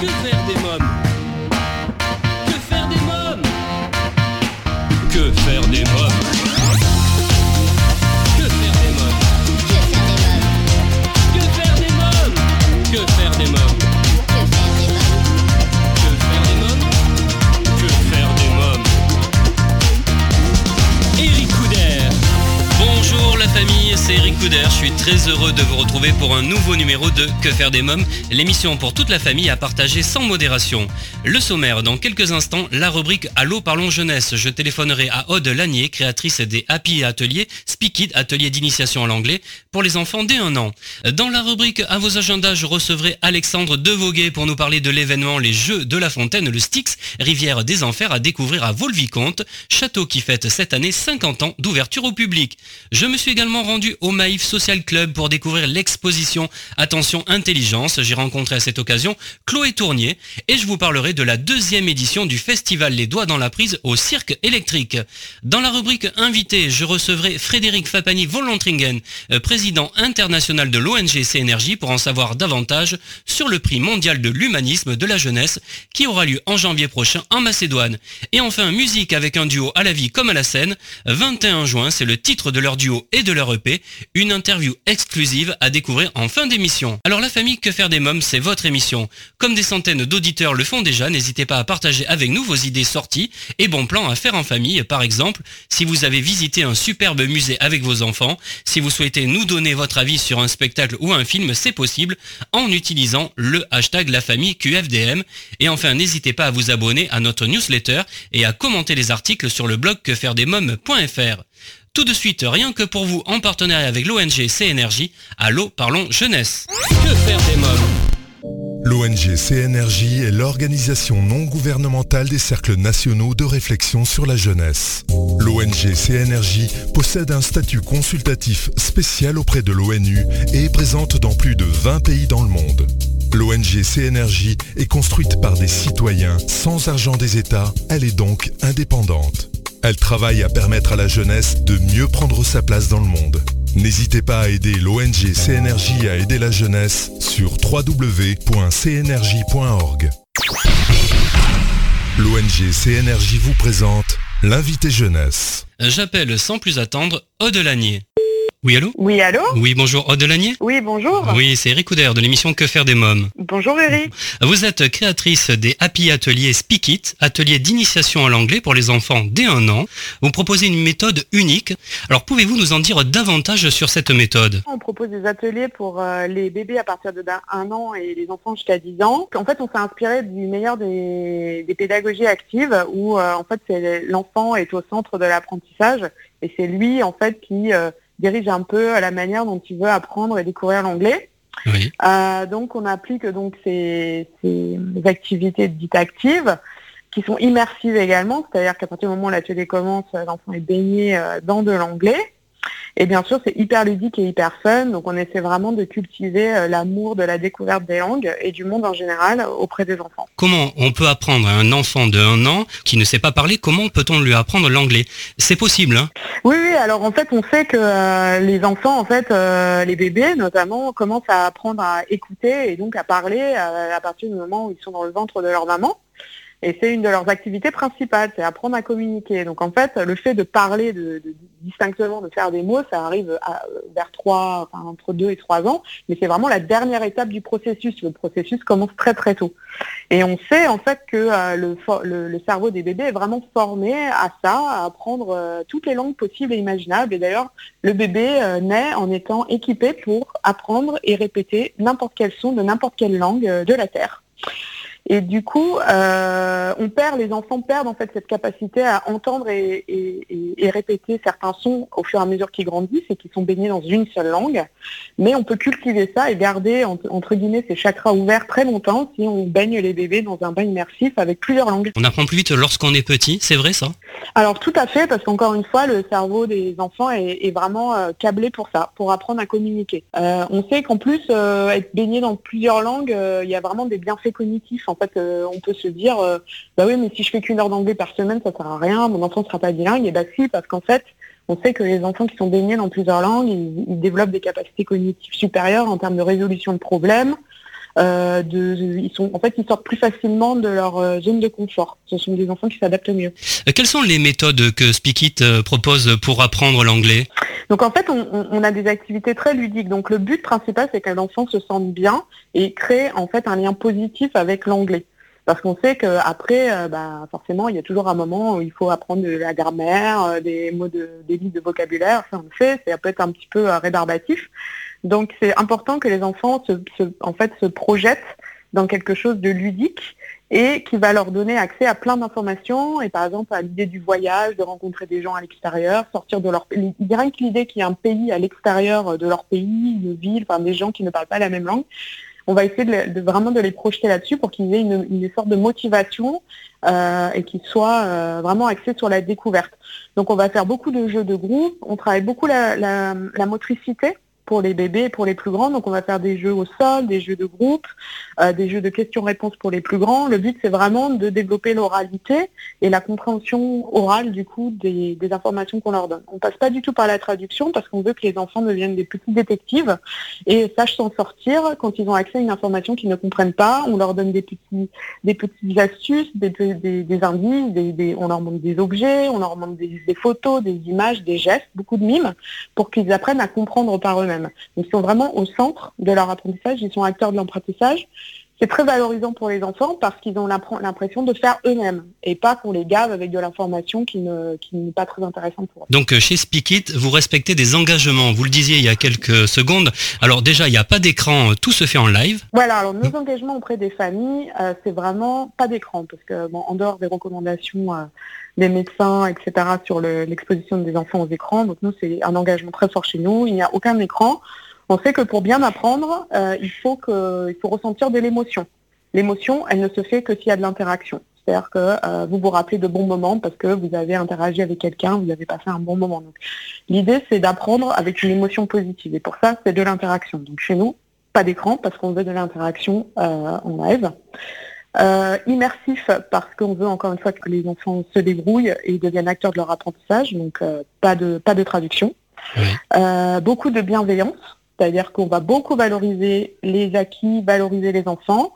Que faire des mômes? Que faire des mômes? Que faire des mômes? Que faire des mômes? Que faire des mômes? Que faire des mômes? Que faire des mômes? Que faire des mômes? Eric Couder. Bonjour la famille, c'est Eric Couder. Je suis très heureux de vous retrouver pour un nouveau numéro de Que faire des mômes, l'émission pour toute la famille à partager sans modération. Le sommaire, dans quelques instants, la rubrique Allô parlons jeunesse. Je téléphonerai à Aude Lanier, créatrice des Happy Ateliers, Speak It, atelier d'initiation à l'anglais pour les enfants dès 1 an. Dans la rubrique À vos agendas, je recevrai Alexandre Devoguet pour nous parler de l'événement Les Jeux de la Fontaine, le Styx, rivière des Enfers à découvrir à Vaux-le-Vicomte, château qui fête cette année 50 ans d'ouverture au public. Je me suis également rendu au Maïf Social Club pour découvrir l'exposition Attention Intelligence. J'ai rencontré à cette occasion Chloé Tournier et je vous parlerai de la 2e édition du festival Les Doigts dans la Prise au Cirque Électrique. Dans la rubrique Invité, je recevrai Frédéric Fapani-Volantringen, président international de l'ONG CNRJ pour en savoir davantage sur le prix mondial de l'humanisme de la jeunesse qui aura lieu en janvier prochain en Macédoine. Et enfin, musique avec un duo à la vie comme à la scène. 21 juin, c'est le titre de leur duo et de leur EP, une interview exclusive à découvrir en fin d'émission. Alors la famille Que faire des mômes, c'est votre émission. Comme des centaines d'auditeurs le font déjà, n'hésitez pas à partager avec nous vos idées sorties et bons plans à faire en famille. Par exemple, si vous avez visité un superbe musée avec vos enfants, si vous souhaitez nous donner votre avis sur un spectacle ou un film, c'est possible en utilisant le hashtag LaFamilleQFDM. Et enfin, n'hésitez pas à vous abonner à notre newsletter et à commenter les articles sur le blog quefairedesmômes.fr. Tout de suite, rien que pour vous, en partenariat avec l'ONG CNRJ, Allô parlons jeunesse. Que faire des mômes? L'ONG CNRJ est l'organisation non gouvernementale des cercles nationaux de réflexion sur la jeunesse. L'ONG CNRJ possède un statut consultatif spécial auprès de l'ONU et est présente dans plus de 20 pays dans le monde. L'ONG CNRJ est construite par des citoyens sans argent des États, elle est donc indépendante. Elle travaille à permettre à la jeunesse de mieux prendre sa place dans le monde. N'hésitez pas à aider l'ONG CNRJ à aider la jeunesse sur www.cnrj.org. L'ONG CNRJ vous présente l'invité jeunesse. J'appelle sans plus attendre Aude Lanier. Oui, allô? Oui, allô? Oui, bonjour, Aude Lanier? Oui, bonjour. Oui, c'est Eric Couder de l'émission Que faire des mômes. Bonjour Eric. Vous êtes créatrice des Happy Ateliers Speak It, atelier d'initiation à l'anglais pour les enfants dès 1 an. Vous proposez une méthode unique. Alors, pouvez-vous nous en dire davantage sur cette méthode? On propose des ateliers pour les bébés à partir de 1 an et les enfants jusqu'à 10 ans. En fait, on s'est inspiré du meilleur des pédagogies actives où, en fait, l'enfant est au centre de l'apprentissage et c'est lui, en fait, qui dirige un peu la manière dont il veut apprendre et découvrir l'anglais. Oui. Donc on applique donc ces activités dites actives qui sont immersives également, c'est-à-dire qu'à partir du moment où l'atelier commence, l'enfant est baigné dans de l'anglais. Et bien sûr, c'est hyper ludique et hyper fun, donc on essaie vraiment de cultiver l'amour de la découverte des langues et du monde en général auprès des enfants. Comment on peut apprendre à un enfant de 1 an qui ne sait pas parler, comment peut-on lui apprendre l'anglais? C'est possible, hein? Oui, alors en fait, on sait que les enfants, en fait, les bébés notamment, commencent à apprendre à écouter et donc à parler à partir du moment où ils sont dans le ventre de leur maman. Et c'est une de leurs activités principales, c'est apprendre à communiquer. Donc en fait, le fait de parler distinctement, de faire des mots, ça arrive vers entre 2 et 3 ans, mais c'est vraiment la dernière étape du processus. Le processus commence très très tôt. Et on sait en fait que le cerveau des bébés est vraiment formé à ça, à apprendre toutes les langues possibles et imaginables. Et d'ailleurs, le bébé naît en étant équipé pour apprendre et répéter n'importe quel son de n'importe quelle langue de la Terre. Et du coup, les enfants perdent en fait cette capacité à entendre et répéter certains sons au fur et à mesure qu'ils grandissent et qu'ils sont baignés dans une seule langue. Mais on peut cultiver ça et garder entre guillemets ces chakras ouverts très longtemps si on baigne les bébés dans un bain immersif avec plusieurs langues. On apprend plus vite lorsqu'on est petit, c'est vrai ça? Alors tout à fait, parce qu'encore une fois, le cerveau des enfants est vraiment câblé pour ça, pour apprendre à communiquer. On sait qu'en plus, être baigné dans plusieurs langues, il y a vraiment des bienfaits cognitifs. En fait, on peut se dire, bah oui, mais si je fais qu'1 heure d'anglais par semaine, ça sert à rien, mon enfant ne sera pas bilingue. Et bah si, parce qu'en fait, on sait que les enfants qui sont baignés dans plusieurs langues, ils développent des capacités cognitives supérieures en termes de résolution de problèmes, ils sortent plus facinement de leur zone de confort. Ce sont des enfants qui s'adaptent mieux. Quelles sont les méthodes que Speak It propose pour apprendre l'anglais ? Donc en fait, on a des activités très ludiques. Donc le but principal, c'est qu'un enfant se sente bien et crée en fait un lien positif avec l'anglais. Parce qu'on sait qu'après, forcément, il y a toujours un moment où il faut apprendre de la grammaire, des listes de vocabulaire. Ça, on le fait. Ça peut être un petit peu rébarbatif. Donc c'est important que les enfants se projettent dans quelque chose de ludique et qui va leur donner accès à plein d'informations et par exemple à l'idée du voyage, de rencontrer des gens à l'extérieur, sortir de leur pays. Rien que l'idée qu'il y a un pays à l'extérieur de leur pays, une ville, des gens qui ne parlent pas la même langue, on va essayer vraiment de les projeter là-dessus pour qu'ils aient une sorte de motivation et qu'ils soient vraiment axés sur la découverte. Donc on va faire beaucoup de jeux de groupe, on travaille beaucoup la motricité pour les bébés et pour les plus grands. Donc on va faire des jeux au sol, des jeux de groupe, des jeux de questions-réponses pour les plus grands. Le but, c'est vraiment de développer l'oralité et la compréhension orale du coup des informations qu'on leur donne. On passe pas du tout par la traduction parce qu'on veut que les enfants deviennent des petits détectives et sachent s'en sortir quand ils ont accès à une information qu'ils ne comprennent pas. On leur donne des petites astuces, des indices, on leur montre des objets, on leur montre des photos, des images, des gestes, beaucoup de mimes pour qu'ils apprennent à comprendre par eux-mêmes. Ils sont vraiment au centre de leur apprentissage, ils sont acteurs de l'apprentissage. C'est très valorisant pour les enfants parce qu'ils ont l'impression de faire eux-mêmes et pas qu'on les gave avec de l'information qui n'est pas très intéressante pour eux. Donc chez Speak It, vous respectez des engagements, vous le disiez il y a quelques secondes. Alors déjà, il n'y a pas d'écran, tout se fait en live. Voilà, alors nos engagements auprès des familles, c'est vraiment pas d'écran parce que en dehors des recommandations des médecins, etc., sur l'exposition des enfants aux écrans, donc nous c'est un engagement très fort chez nous, il n'y a aucun écran. On sait que pour bien apprendre, il faut ressentir de l'émotion. L'émotion, elle ne se fait que s'il y a de l'interaction. C'est-à-dire que vous vous rappelez de bons moments parce que vous avez interagi avec quelqu'un, vous avez passé un bon moment. Donc, l'idée, c'est d'apprendre avec une émotion positive. Et pour ça, c'est de l'interaction. Donc chez nous, pas d'écran parce qu'on veut de l'interaction en live. Immersif parce qu'on veut encore une fois que les enfants se débrouillent et deviennent acteurs de leur apprentissage. Donc pas de traduction. Oui. Beaucoup de bienveillance. C'est-à-dire qu'on va beaucoup valoriser les acquis, valoriser les enfants.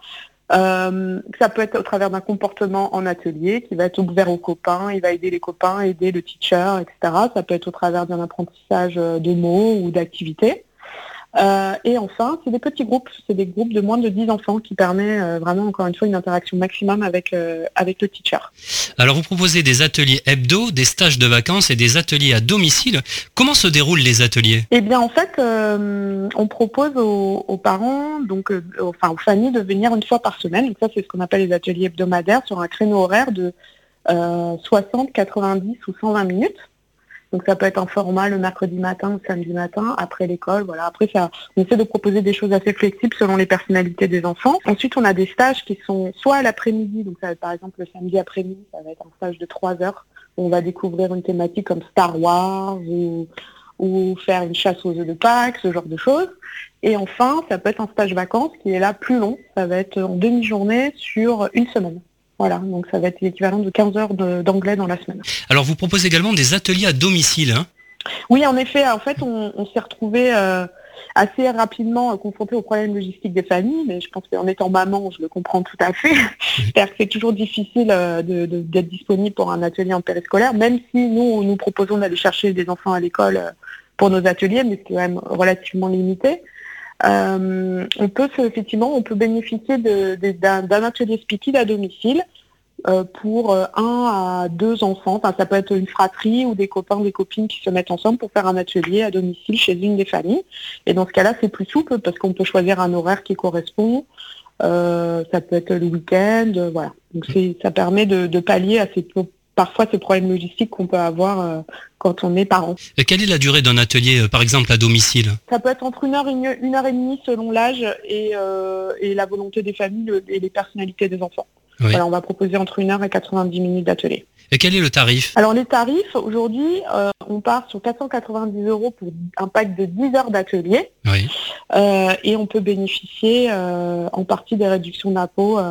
Ça peut être au travers d'un comportement en atelier qui va être ouvert aux copains, il va aider les copains, aider le teacher, etc. Ça peut être au travers d'un apprentissage de mots ou d'activités. Et enfin, c'est des petits groupes, c'est des groupes de moins de 10 enfants qui permet vraiment, encore une fois, une interaction maximum avec le teacher. Alors vous proposez des ateliers hebdo, des stages de vacances et des ateliers à domicile. Comment se déroulent les ateliers ? Eh bien, en fait, on propose aux parents, aux familles, de venir une fois par semaine. Donc ça, c'est ce qu'on appelle les ateliers hebdomadaires sur un créneau horaire de 60, 90 ou 120 minutes. Donc ça peut être un format le mercredi matin ou samedi matin, après l'école. Voilà. Après, on essaie de proposer des choses assez flexibles selon les personnalités des enfants. Ensuite, on a des stages qui sont soit à l'après-midi, donc ça va être par exemple le samedi après-midi, ça va être un stage de 3 heures, où on va découvrir une thématique comme Star Wars ou faire une chasse aux œufs de Pâques, ce genre de choses. Et enfin, ça peut être un stage vacances qui est là plus long, ça va être en demi-journée sur une semaine. Voilà, donc ça va être l'équivalent de 15 heures d'anglais dans la semaine. Alors vous proposez également des ateliers à domicile, hein ? Oui, en effet, on s'est retrouvé assez rapidement confronté aux problèmes logistiques des familles, mais je pense qu'en étant maman, je le comprends tout à fait. C'est-à-dire que c'est toujours difficile d'être disponible pour un atelier en périscolaire, même si nous proposons d'aller chercher des enfants à l'école pour nos ateliers, mais c'est quand même relativement limité. On peut bénéficier d'un atelier Speak It à domicile pour 1 à 2 enfants. Enfin, ça peut être une fratrie ou des copains, des copines qui se mettent ensemble pour faire un atelier à domicile chez une des familles. Et dans ce cas-là, c'est plus souple parce qu'on peut choisir un horaire qui correspond. Ça peut être le week-end, voilà. Donc ça permet de pallier à parfois ces problèmes logistiques qu'on peut avoir quand on est parent. Et quelle est la durée d'un atelier, par exemple, à domicile ? Ça peut être entre 1 heure et 1 heure et demie selon l'âge et la volonté des familles et les personnalités des enfants. Oui. Voilà, on va proposer entre 1 heure et 90 minutes d'atelier. Et quel est le tarif ? Alors les tarifs, aujourd'hui, on part sur 490 € pour un pack de 10 heures d'atelier. Oui. Et on peut bénéficier en partie des réductions d'impôts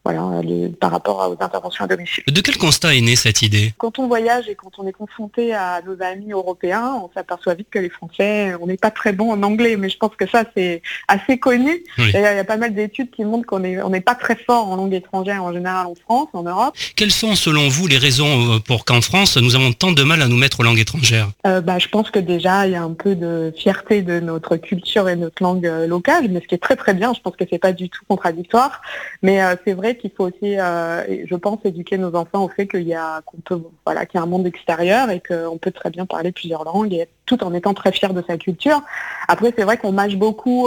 par rapport aux interventions à domicile. De quel constat est née cette idée ? Quand on voyage et quand on est confronté à nos amis européens, on s'aperçoit vite que les Français, on n'est pas très bons en anglais, mais je pense que ça c'est assez connu. Oui. Il y a pas mal d'études qui montrent qu'on n'est pas très fort en langue étrangère en général en France, en Europe. Quelles sont selon vous les raisons pour qu'en France nous avons tant de mal à nous mettre aux langues étrangères ? Je pense que déjà il y a un peu de fierté de notre culture et de notre langue locale, mais ce qui est très très bien, je pense que c'est pas du tout contradictoire, mais c'est vrai qu'il faut aussi, je pense, éduquer nos enfants au fait qu'il y a un monde extérieur et qu'on peut très bien parler plusieurs langues et tout en étant très fier de sa culture. Après c'est vrai qu'on mâche beaucoup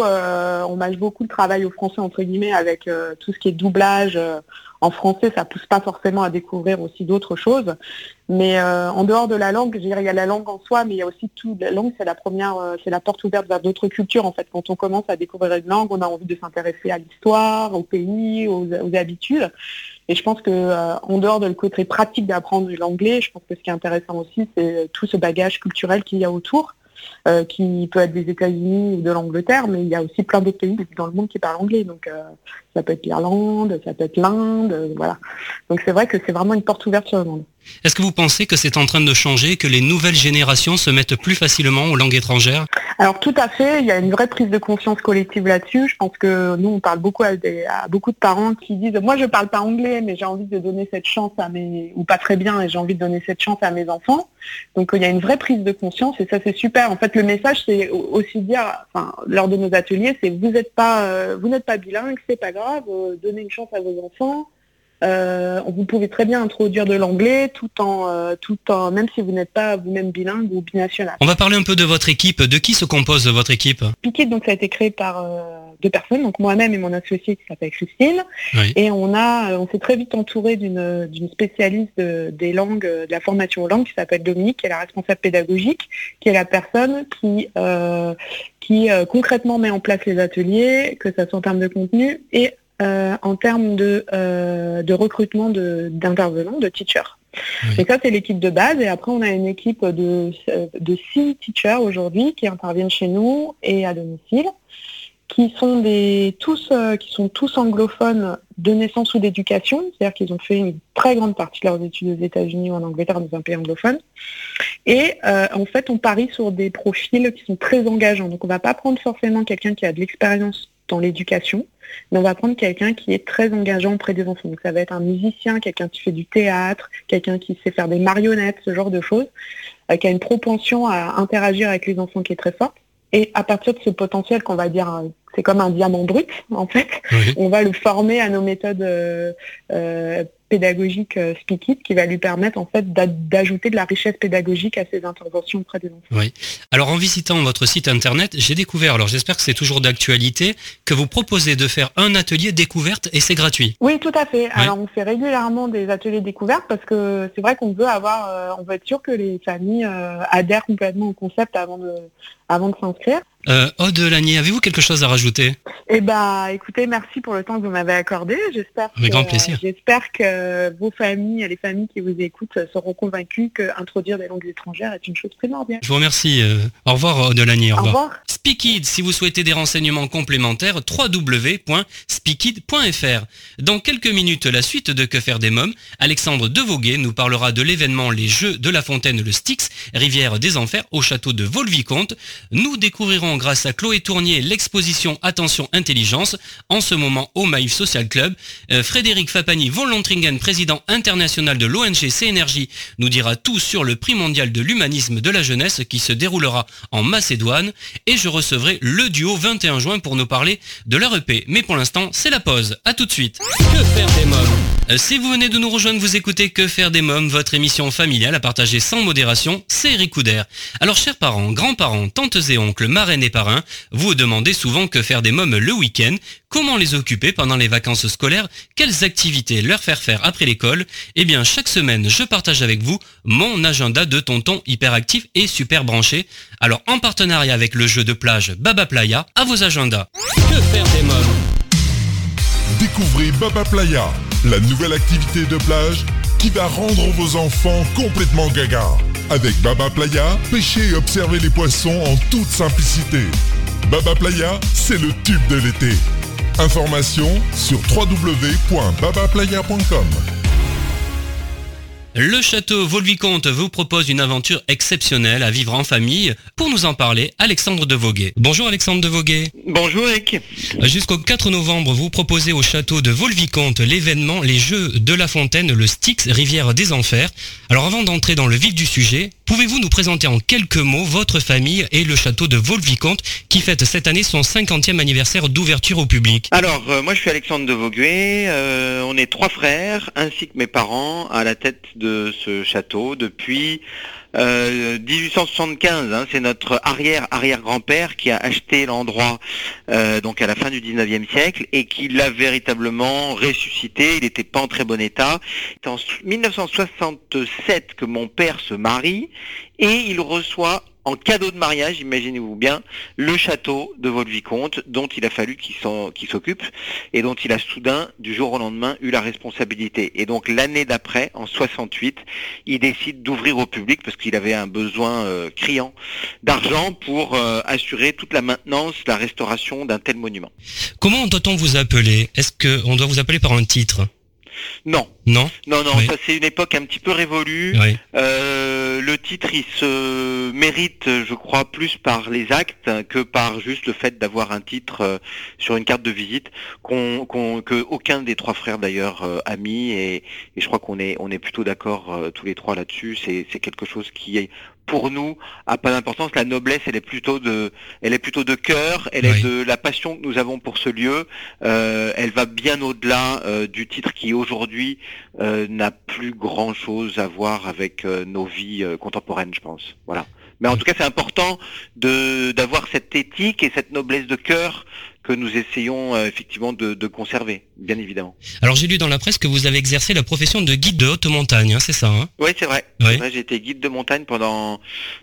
le travail au français entre guillemets avec tout ce qui est doublage. En français, ça pousse pas forcément à découvrir aussi d'autres choses. Mais en dehors de la langue, je dirais, il y a la langue en soi, mais il y a aussi tout. La langue, c'est la porte ouverte vers d'autres cultures. En fait, quand on commence à découvrir une langue, on a envie de s'intéresser à l'histoire, au pays, aux habitudes. Et je pense que en dehors de le côté pratique d'apprendre l'anglais, je pense que ce qui est intéressant aussi, c'est tout ce bagage culturel qu'il y a autour. Qui peut être des États-Unis ou de l'Angleterre, mais il y a aussi plein d'autres pays dans le monde qui parlent anglais. Donc ça peut être l'Irlande, ça peut être l'Inde, voilà. Donc c'est vrai que c'est vraiment une porte ouverte sur le monde. Est-ce que vous pensez que c'est en train de changer, que les nouvelles générations se mettent plus facilement aux langues étrangères ? Alors tout à fait, il y a une vraie prise de conscience collective là-dessus. Je pense que nous, on parle beaucoup à beaucoup de parents qui disent « moi je parle pas anglais, mais j'ai envie de donner cette chance ou pas très bien, et j'ai envie de donner cette chance à mes enfants ». Donc il y a une vraie prise de conscience et ça c'est super. En fait le message c'est aussi dire, lors de nos ateliers, c'est vous n'êtes pas bilingue, c'est pas grave, donnez une chance à vos enfants. Vous pouvez très bien introduire de l'anglais tout en même si vous n'êtes pas vous-même bilingue ou binational. On va parler un peu de votre équipe. De qui se compose votre équipe ? Speak It, donc ça a été créé par 2 personnes, donc moi-même et mon associé qui s'appelle Christine. Oui. Et on s'est très vite entouré d'une spécialiste des langues, de la formation aux langues qui s'appelle Dominique, qui est la responsable pédagogique, qui est la personne qui concrètement met en place les ateliers, que ça soit en termes de contenu et en termes de recrutement d'intervenants, de teachers. Oui. Et ça, c'est l'équipe de base. Et après, on a une équipe de 6 teachers aujourd'hui qui interviennent chez nous et à domicile, qui sont tous anglophones de naissance ou d'éducation, c'est-à-dire qu'ils ont fait une très grande partie de leurs études aux États-Unis ou en Angleterre, dans un pays anglophone. Et en fait, on parie sur des profils qui sont très engageants. Donc, on ne va pas prendre forcément quelqu'un qui a de l'expérience dans l'éducation, mais on va prendre quelqu'un qui est très engageant auprès des enfants. Donc ça va être un musicien, quelqu'un qui fait du théâtre, quelqu'un qui sait faire des marionnettes, ce genre de choses, qui a une propension à interagir avec les enfants qui est très forte. Et à partir de ce potentiel qu'on va dire, c'est comme un diamant brut en fait, oui. On va le former à nos méthodes pédagogique Speak It qui va lui permettre en fait d'ajouter de la richesse pédagogique à ses interventions auprès des enfants. Oui. Alors en visitant votre site internet, j'ai découvert, alors j'espère que c'est toujours d'actualité, que vous proposez de faire un atelier découverte et c'est gratuit. Oui, tout à fait. Oui. Alors on fait régulièrement des ateliers découvertes parce que c'est vrai qu'on veut on veut être sûr que les familles adhèrent complètement au concept avant de s'inscrire. Aude Lanier, avez-vous quelque chose à rajouter ? Écoutez, merci pour le temps que vous m'avez accordé. Avec grand plaisir. J'espère que vos familles, les familles qui vous écoutent, seront convaincues qu'introduire des langues étrangères est une chose primordiale. Je vous remercie. Au revoir, Aude Lanier. Au revoir. Speak It, si vous souhaitez des renseignements complémentaires, www.speakit.fr. Dans quelques minutes, la suite de Que faire des mômes, Alexandre Devoguet nous parlera de l'événement Les Jeux de la Fontaine, le Styx, Rivière des Enfers, au château de Vaux-le-Vicomte. Nous découvrirons grâce à Chloé Tournier l'exposition Attention Intelligence, en ce moment au Maïf Social Club. Frédéric Fapani von Lontringen, président international de l'ONG CNRJ, nous dira tout sur le prix mondial de l'humanisme de la jeunesse qui se déroulera en Macédoine. Et je recevrai le duo 21 juin pour nous parler de leur EP. Mais pour l'instant, c'est la pause. À tout de suite. Que faire des mômes ? Si vous venez de nous rejoindre, vous écoutez Que faire des mômes, votre émission familiale à partager sans modération, c'est Eric Couder. Alors chers parents, grands-parents, tantes et oncles, marraines et parrains, vous demandez souvent que faire des mômes le week-end, comment les occuper pendant les vacances scolaires, quelles activités leur faire faire après l'école. Eh bien chaque semaine, je partage avec vous mon agenda de tonton hyperactif et super branché. Alors en partenariat avec le jeu de plage Baba Playa, à vos agendas. Que faire des mômes ? Découvrez Baba Playa, la nouvelle activité de plage qui va rendre vos enfants complètement gaga. Avec Baba Playa, pêchez et observez les poissons en toute simplicité. Baba Playa, c'est le tube de l'été. Informations sur www.babaplaya.com. Le château Vaux-le-Vicomte vous propose une aventure exceptionnelle à vivre en famille. Pour nous en parler, Alexandre de Voguet. Bonjour Alexandre de Voguet. Bonjour Eric. Jusqu'au 4 novembre, vous proposez au château de Vaux-le-Vicomte l'événement Les Jeux de la Fontaine, le Styx Rivière des Enfers. Alors avant d'entrer dans le vif du sujet, pouvez-vous nous présenter en quelques mots votre famille et le château de Vaux-le-Vicomte qui fête cette année son 50e anniversaire d'ouverture au public? Alors, moi je suis Alexandre de Voguet, on est 3 frères ainsi que mes parents à la tête de ce château depuis 1875, c'est notre arrière-grand-père qui a acheté l'endroit donc à la fin du 19e siècle et qui l'a véritablement ressuscité. Il n'était pas en très bon état. C'est en 1967 que mon père se marie et il reçoit en cadeau de mariage, imaginez-vous bien, le château de Vaux-le-Vicomte dont il a fallu qu'il s'occupe et dont il a soudain, du jour au lendemain, eu la responsabilité. Et donc l'année d'après, en 68, il décide d'ouvrir au public parce qu'il avait un besoin criant d'argent pour assurer toute la maintenance, la restauration d'un tel monument. Comment doit-on vous appeler? Est-ce qu'on doit vous appeler par un titre? Non. Non, oui. Ça c'est une époque un petit peu révolue. Oui. Le titre, il se mérite, je crois, plus par les actes que par juste le fait d'avoir un titre sur une carte de visite que aucun des 3 frères d'ailleurs a mis et je crois qu'on est plutôt d'accord tous les 3 là-dessus. C'est quelque chose qui est pour nous a pas d'importance. La noblesse, elle est plutôt de cœur, elle est de la passion que nous avons pour ce lieu. Elle va bien au-delà du titre qui aujourd'hui n'a plus grand-chose à voir avec nos vies contemporaines, je pense. Voilà. Mais en tout cas, c'est important d'avoir cette éthique et cette noblesse de cœur que nous essayons effectivement de conserver, bien évidemment. Alors j'ai lu dans la presse que vous avez exercé la profession de guide de haute montagne, c'est ça, hein? Oui, c'est vrai. Oui. C'est vrai, j'ai été guide de montagne pendant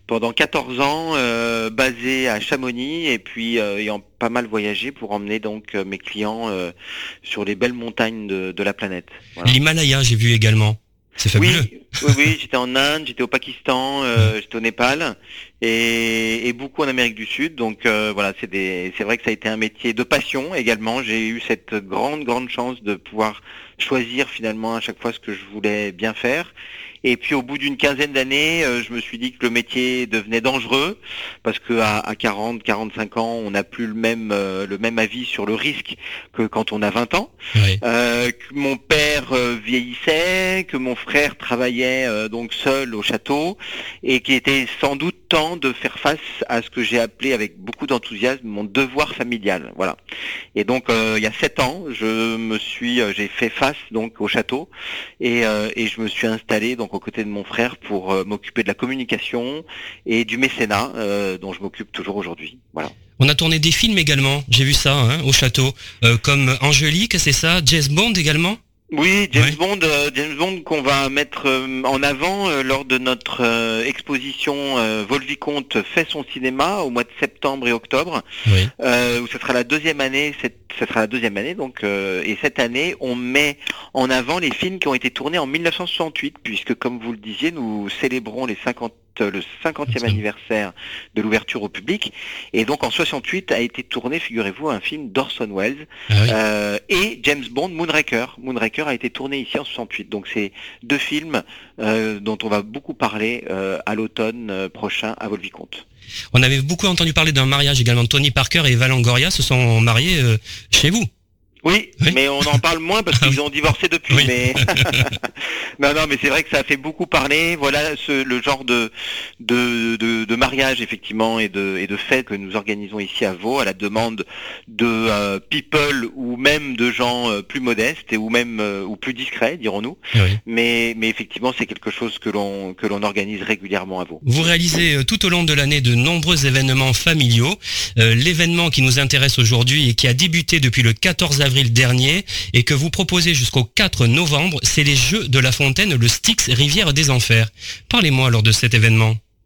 14 ans, basé à Chamonix et puis ayant pas mal voyagé pour emmener donc mes clients sur les belles montagnes de la planète. Voilà. L'Himalaya, j'ai vu également. C'est fabuleux. Oui, j'étais en Inde, j'étais au Pakistan, j'étais au Népal et beaucoup en Amérique du Sud. Donc voilà, c'est vrai que ça a été un métier de passion également. J'ai eu cette grande chance de pouvoir choisir finalement à chaque fois ce que je voulais bien faire. Et puis au bout d'une quinzaine d'années, je me suis dit que le métier devenait dangereux parce que à 40, 45 ans, on n'a plus le même avis sur le risque que quand on a 20 ans. Oui. Que mon père vieillissait, que mon frère travaillait donc seul au château et qu'il était sans doute temps de faire face à ce que j'ai appelé avec beaucoup d'enthousiasme mon devoir familial. Voilà. Et donc il y a 7 ans, j'ai fait face donc au château et je me suis installé donc aux côtés de mon frère pour m'occuper de la communication et du mécénat dont je m'occupe toujours aujourd'hui. Voilà. On a tourné des films également, j'ai vu ça au château, comme Angélique, c'est ça, James Bond également? Oui, James Bond qu'on va mettre en avant lors de notre exposition Vaux-le-Vicomte fait son cinéma au mois de septembre et octobre, Oui. Où ce sera la deuxième année. Donc et cette année on met en avant les films qui ont été tournés en 1968 puisque comme vous le disiez nous célébrons le 50e anniversaire de l'ouverture au public et donc en 68 a été tourné, figurez-vous, un film d'Orson Welles et James Bond, Moonraker a été tourné ici en 68. Donc c'est 2 films dont on va beaucoup parler à l'automne prochain à Vaux-le-Vicomte. On avait beaucoup entendu parler d'un mariage également. Tony Parker et Eva Longoria se sont mariés chez vous. Oui, mais on en parle moins parce qu'ils ont divorcé depuis. Oui. Mais non, mais c'est vrai que ça a fait beaucoup parler. Voilà le genre de mariage effectivement et de fête que nous organisons ici à Vaud à la demande de people ou même de gens plus modestes et ou même ou plus discrets, dirons-nous. Oui. Mais effectivement, c'est quelque chose que l'on organise régulièrement à Vaud. Vous réalisez tout au long de l'année de nombreux événements familiaux. L'événement qui nous intéresse aujourd'hui et qui a débuté depuis le 14 avril dernier et que vous proposez jusqu'au 4 novembre, c'est les Jeux de la Fontaine, le Styx Rivière des Enfers. Parlez-moi alors de cet événement.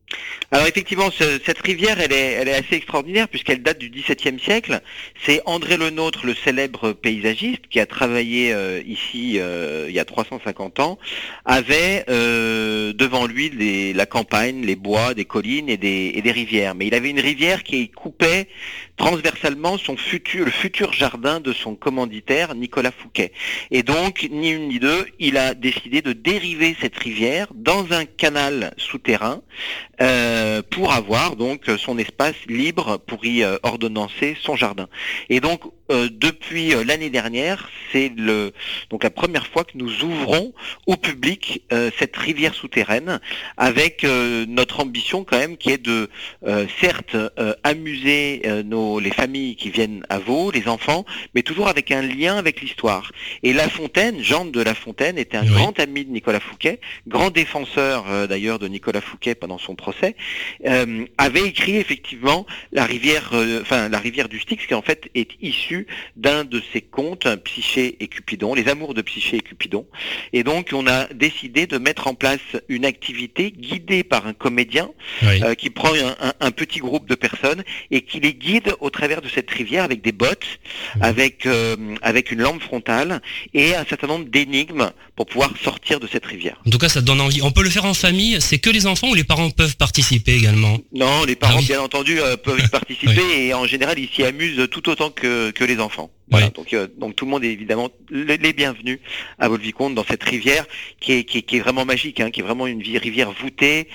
Alors effectivement, cette rivière, elle est assez extraordinaire puisqu'elle date du XVIIe siècle. C'est André Le Nôtre, le célèbre paysagiste, qui a travaillé ici il y a 350 ans, avait devant lui la campagne, les bois, des collines et des rivières. Mais il avait une rivière qui coupait transversalement le futur jardin de son commanditaire, Nicolas Fouquet. Et donc, ni une ni deux, il a décidé de dériver cette rivière dans un canal souterrain pour avoir donc son espace libre pour y ordonnancer son jardin. Et donc depuis l'année dernière, c'est donc la première fois que nous ouvrons au public cette rivière souterraine avec notre ambition quand même qui est de certes amuser les familles qui viennent à Vaud, les enfants, mais toujours avec un lien avec l'histoire. Et La Fontaine, Jean de La Fontaine était un grand ami de Nicolas Fouquet, grand défenseur d'ailleurs de Nicolas Fouquet pendant son procès, avait écrit effectivement la rivière du Styx, qui en fait est issue d'un de ses contes, Psyché et Cupidon, les amours de Psyché et Cupidon. Et donc on a décidé de mettre en place une activité guidée par un comédien qui prend un petit groupe de personnes et qui les guide au travers de cette rivière avec des bottes, avec une lampe frontale et un certain nombre d'énigmes pour pouvoir sortir de cette rivière. En tout cas, ça donne envie. On peut le faire en famille, c'est que les enfants ou les parents peuvent participer également? Non, les parents bien entendu peuvent y participer et en général ils s'y amusent tout autant que les enfants. Voilà, donc tout le monde est évidemment les bienvenus à Vaux-le-Vicomte dans cette rivière qui est vraiment magique, qui est vraiment une rivière voûtée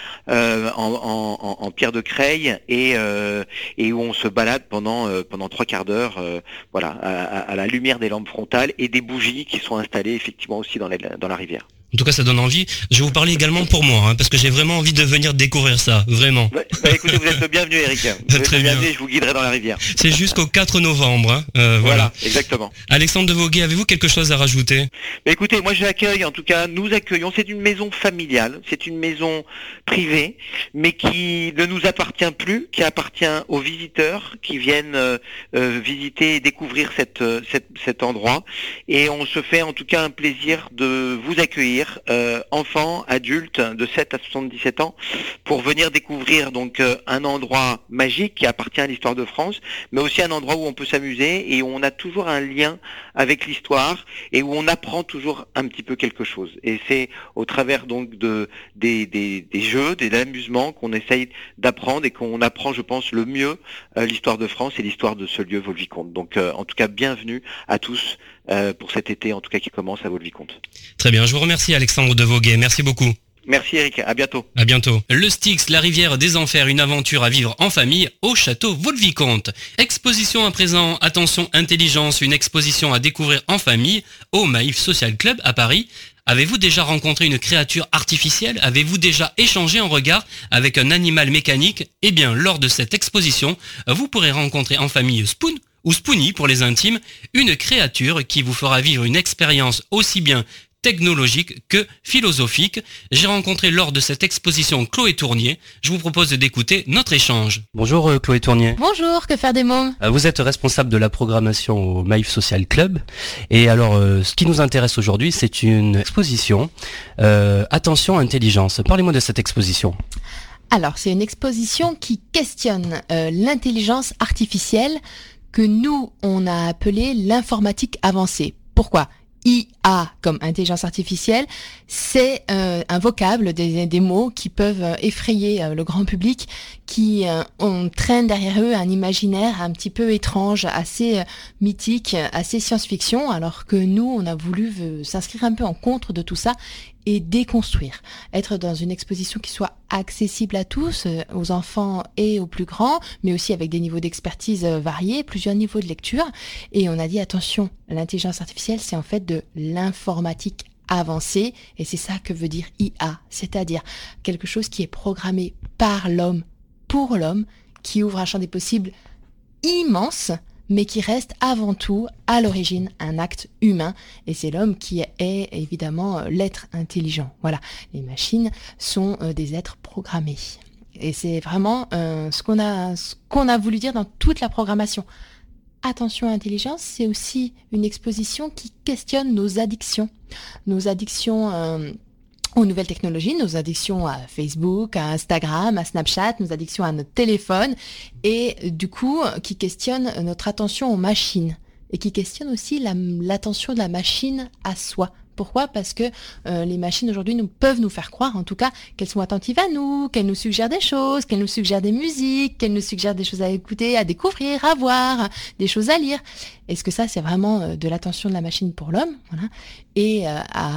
en pierre de Creil et où on se balade pendant 3 quarts d'heure, à la lumière des lampes frontales et des bougies qui sont installées effectivement aussi dans la rivière. En tout cas, ça donne envie. Je vais vous parler également pour moi, parce que j'ai vraiment envie de venir découvrir ça, vraiment. Écoutez, vous êtes le bienvenu, Eric. Très bien. Je vous guiderai dans la rivière. C'est jusqu'au 4 novembre. Voilà, exactement. Alexandre de Voguet, avez-vous quelque chose à rajouter? Écoutez, moi nous accueillons, c'est une maison familiale, c'est une maison privée, mais qui ne nous appartient plus, qui appartient aux visiteurs qui viennent visiter et découvrir cet endroit. Et on se fait en tout cas un plaisir de vous accueillir, enfants, adultes de 7 à 77 ans, pour venir découvrir donc un endroit magique qui appartient à l'histoire de France, mais aussi un endroit où on peut s'amuser et où on a toujours un lien avec l'histoire et où on apprend toujours un petit peu quelque chose. Et c'est au travers donc des jeux, des amusements qu'on essaye d'apprendre et qu'on apprend, je pense, le mieux l'histoire de France et l'histoire de ce lieu Vaux-le-Vicomte. Donc en tout cas, bienvenue à tous pour cet été en tout cas qui commence à Vaux-le-Vicomte. Très bien, je vous remercie Alexandre de Voguet, merci beaucoup. Merci Eric, à bientôt. À bientôt. Le Styx, la rivière des enfers, une aventure à vivre en famille au château Vaux-le-Vicomte. Exposition à présent, attention intelligence, une exposition à découvrir en famille au Maïf Social Club à Paris. Avez-vous déjà rencontré une créature artificielle? Avez-vous déjà échangé un regard avec un animal mécanique? Eh bien, lors de cette exposition, vous pourrez rencontrer en famille Spoon ou Spoonie pour les intimes, une créature qui vous fera vivre une expérience aussi bien technologique que philosophique. J'ai rencontré lors de cette exposition Chloé Tournier. Je vous propose d'écouter notre échange. Bonjour Chloé Tournier. Bonjour, que faire des mômes? Vous êtes responsable de la programmation au Maïf Social Club. Et alors, ce qui nous intéresse aujourd'hui, c'est une exposition Attention Intelligence. Parlez-moi de cette exposition. Alors, c'est une exposition qui questionne l'intelligence artificielle que nous, on a appelée l'informatique avancée. Pourquoi ? IA comme intelligence artificielle, c'est un vocable, des mots qui peuvent effrayer le grand public, qui on traîne derrière eux un imaginaire un petit peu étrange, assez mythique, assez science-fiction, alors que nous, on a voulu s'inscrire un peu en contre de tout ça et déconstruire. Être dans une exposition qui soit accessible à tous, aux enfants et aux plus grands, mais aussi avec des niveaux d'expertise variés, plusieurs niveaux de lecture. Et on a dit, attention, l'intelligence artificielle, c'est en fait de l'informatique avancée, et c'est ça que veut dire IA, c'est-à-dire quelque chose qui est programmé par l'homme, pour l'homme, qui ouvre un champ des possibles immense, mais qui reste avant tout, à l'origine, un acte humain. Et c'est l'homme qui est évidemment l'être intelligent. Voilà, les machines sont des êtres programmés. Et c'est vraiment ce qu'on a voulu dire dans toute la programmation. Attention Intelligence, c'est aussi une exposition qui questionne nos addictions aux nouvelles technologies, nos addictions à Facebook, à Instagram, à Snapchat, nos addictions à notre téléphone, et du coup, qui questionnent notre attention aux machines, et qui questionnent aussi l'attention de la machine à soi. Pourquoi ? Parce que les machines aujourd'hui peuvent nous faire croire, en tout cas, qu'elles sont attentives à nous, qu'elles nous suggèrent des choses, qu'elles nous suggèrent des musiques, qu'elles nous suggèrent des choses à écouter, à découvrir, à voir, des choses à lire. Est-ce que ça, c'est vraiment de l'attention de la machine pour l'homme ? Voilà. Et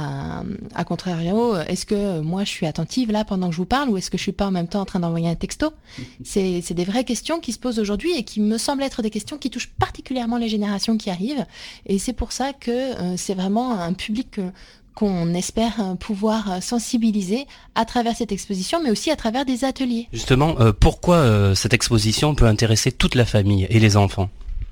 à contrario, est-ce que moi, je suis attentive là pendant que je vous parle, ou est-ce que je suis pas en même temps en train d'envoyer un texto ? C'est des vraies questions qui se posent aujourd'hui et qui me semblent être des questions qui touchent particulièrement les générations qui arrivent. Et c'est pour ça que c'est vraiment un public qu'on espère pouvoir sensibiliser à travers cette exposition, mais aussi à travers des ateliers. Justement, pourquoi cette exposition peut intéresser toute la famille et les enfants ?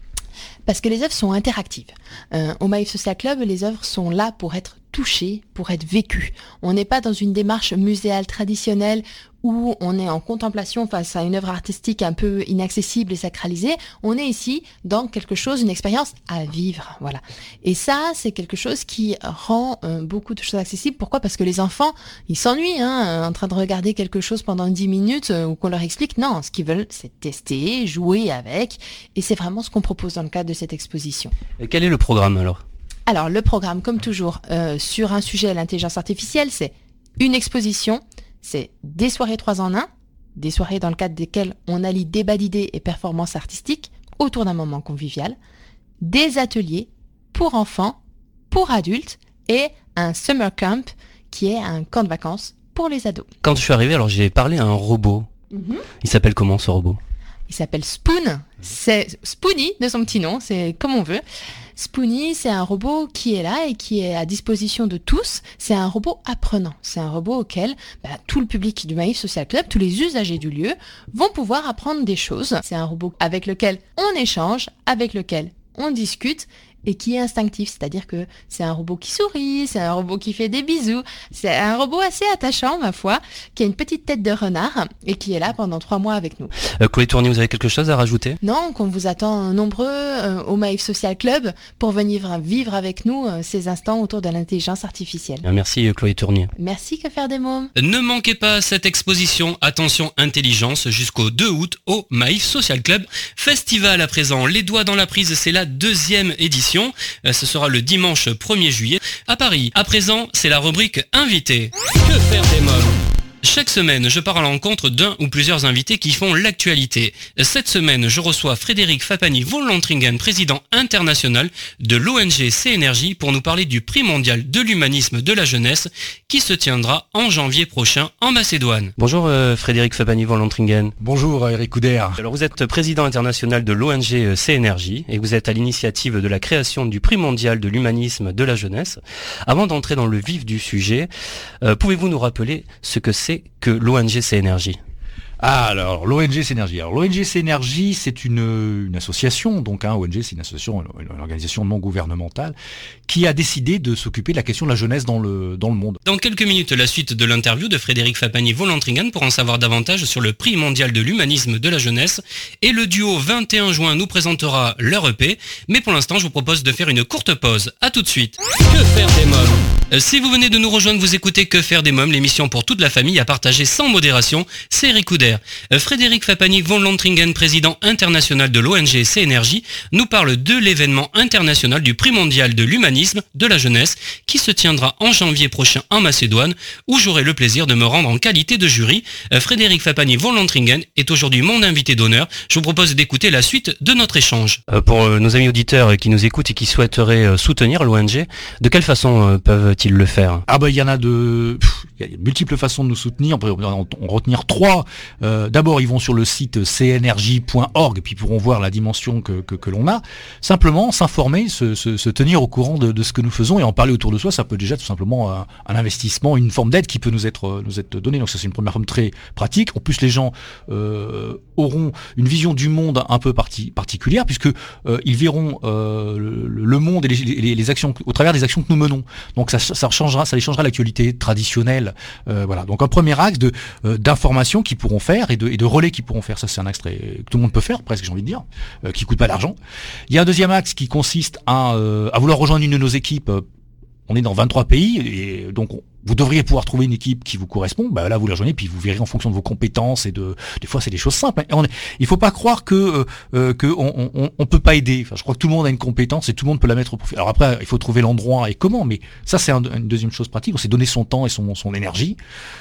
Parce que les œuvres sont interactives. Au Maïf Social Club, les œuvres sont là pour être touchées, pour être vécues. On n'est pas dans une démarche muséale traditionnelle où on est en contemplation face à une œuvre artistique un peu inaccessible et sacralisée. On est ici dans quelque chose, une expérience à vivre. Voilà. Et ça, c'est quelque chose qui rend beaucoup de choses accessibles. Pourquoi ? Parce que les enfants, ils s'ennuient en train de regarder quelque chose pendant 10 minutes ou qu'on leur explique. Non, ce qu'ils veulent, c'est tester, jouer avec. Et c'est vraiment ce qu'on propose dans le cadre de cette exposition. Et quel est le programme alors ? Alors, le programme, comme toujours, sur un sujet, l'intelligence artificielle, c'est une exposition, c'est des soirées 3 en 1, des soirées dans le cadre desquelles on allie débat d'idées et performances artistiques autour d'un moment convivial, des ateliers pour enfants, pour adultes, et un summer camp, qui est un camp de vacances pour les ados. Quand je suis arrivé, alors j'ai parlé à un robot. Il s'appelle comment ce robot ? Il s'appelle Spoon, c'est Spoony de son petit nom, c'est comme on veut. Spoony, c'est un robot qui est là et qui est à disposition de tous. C'est un robot apprenant. C'est un robot auquel tout le public du Maïf Social Club, tous les usagers du lieu, vont pouvoir apprendre des choses. C'est un robot avec lequel on échange, avec lequel on discute, et qui est instinctif, c'est-à-dire que c'est un robot qui sourit, c'est un robot qui fait des bisous, c'est un robot assez attachant, ma foi, qui a une petite tête de renard et qui est là pendant 3 mois avec nous. Chloé Tournier, vous avez quelque chose à rajouter ? Non, qu'on vous attend nombreux au Maïf Social Club pour venir vivre avec nous ces instants autour de l'intelligence artificielle. Merci Chloé Tournier. Merci, Que faire des mômes ? Ne manquez pas cette exposition Attention Intelligence jusqu'au 2 août au Maïf Social Club. Festival à présent, les doigts dans la prise, c'est la 2e édition. Ce sera le dimanche 1er juillet à Paris. À présent, c'est la rubrique Invité. Que faire des mômes ? Chaque semaine, je pars à l'encontre d'un ou plusieurs invités qui font l'actualité. Cette semaine, je reçois Frédéric Fapani-Volantringen, président international de l'ONG CNRJ, pour nous parler du prix mondial de l'humanisme de la jeunesse qui se tiendra en janvier prochain en Macédoine. Bonjour Frédéric Fapani-Volantringen. Bonjour Eric Couder. Alors vous êtes président international de l'ONG CNRJ et vous êtes à l'initiative de la création du prix mondial de l'humanisme de la jeunesse. Avant d'entrer dans le vif du sujet, pouvez-vous nous rappeler ce que c'est que l'ONG CNRJ ? Alors, l'ONG CNRJ. Alors, l'ONG CNRJ, c'est une association, donc ONG, c'est une association, une organisation non gouvernementale, qui a décidé de s'occuper de la question de la jeunesse dans le monde. Dans quelques minutes, la suite de l'interview de Frédéric Fapani-Volantringen pour en savoir davantage sur le prix mondial de l'humanisme de la jeunesse. Et le duo 21 juin nous présentera leur EP. Mais pour l'instant, je vous propose de faire une courte pause. À tout de suite. Que faire des mômes ? Si vous venez de nous rejoindre, vous écoutez Que faire des mômes, l'émission pour toute la famille à partager sans modération. C'est Eric Couder. Frédéric Fapani-Volantringen, président international de l'ONG CNRJ, nous parle de l'événement international du prix mondial de l'humanisme de la jeunesse qui se tiendra en janvier prochain en Macédoine, où j'aurai le plaisir de me rendre en qualité de jury. Frédéric Fapani-Volantringen est aujourd'hui mon invité d'honneur. Je vous propose d'écouter la suite de notre échange. Pour nos amis auditeurs qui nous écoutent et qui souhaiteraient soutenir l'ONG, de quelle façon peuvent-ils le faire ? Il y en a il y a de multiples façons de nous soutenir. On peut en retenir 3. D'abord, ils vont sur le site cnrj.org et puis ils pourront voir la dimension que l'on a. Simplement, s'informer, se tenir au courant de ce que nous faisons et en parler autour de soi, ça peut déjà tout simplement un investissement, une forme d'aide qui peut nous être donnée. Donc ça, c'est une première forme très pratique. En plus, les gens auront une vision du monde un peu particulière puisque ils verront le monde et les actions au travers des actions que nous menons. Donc ça les changera l'actualité traditionnelle. Voilà. Donc un premier axe d'information qu'ils pourront faire et de relais qu'ils pourront faire. Ça, c'est un extrait que tout le monde peut faire, presque, j'ai envie de dire, qui coûte pas d'argent. Il y a un deuxième axe qui consiste à vouloir rejoindre une de nos équipes. On est dans 23 pays et donc vous devriez pouvoir trouver une équipe qui vous correspond. Bah là, vous la rejoignez, puis vous verrez en fonction de vos compétences des fois, c'est des choses simples. Il faut pas croire que on peut pas aider. Enfin, je crois que tout le monde a une compétence et tout le monde peut la mettre au profit. Alors après, il faut trouver l'endroit et comment, mais ça, c'est une deuxième chose pratique. C'est donner son temps et son énergie.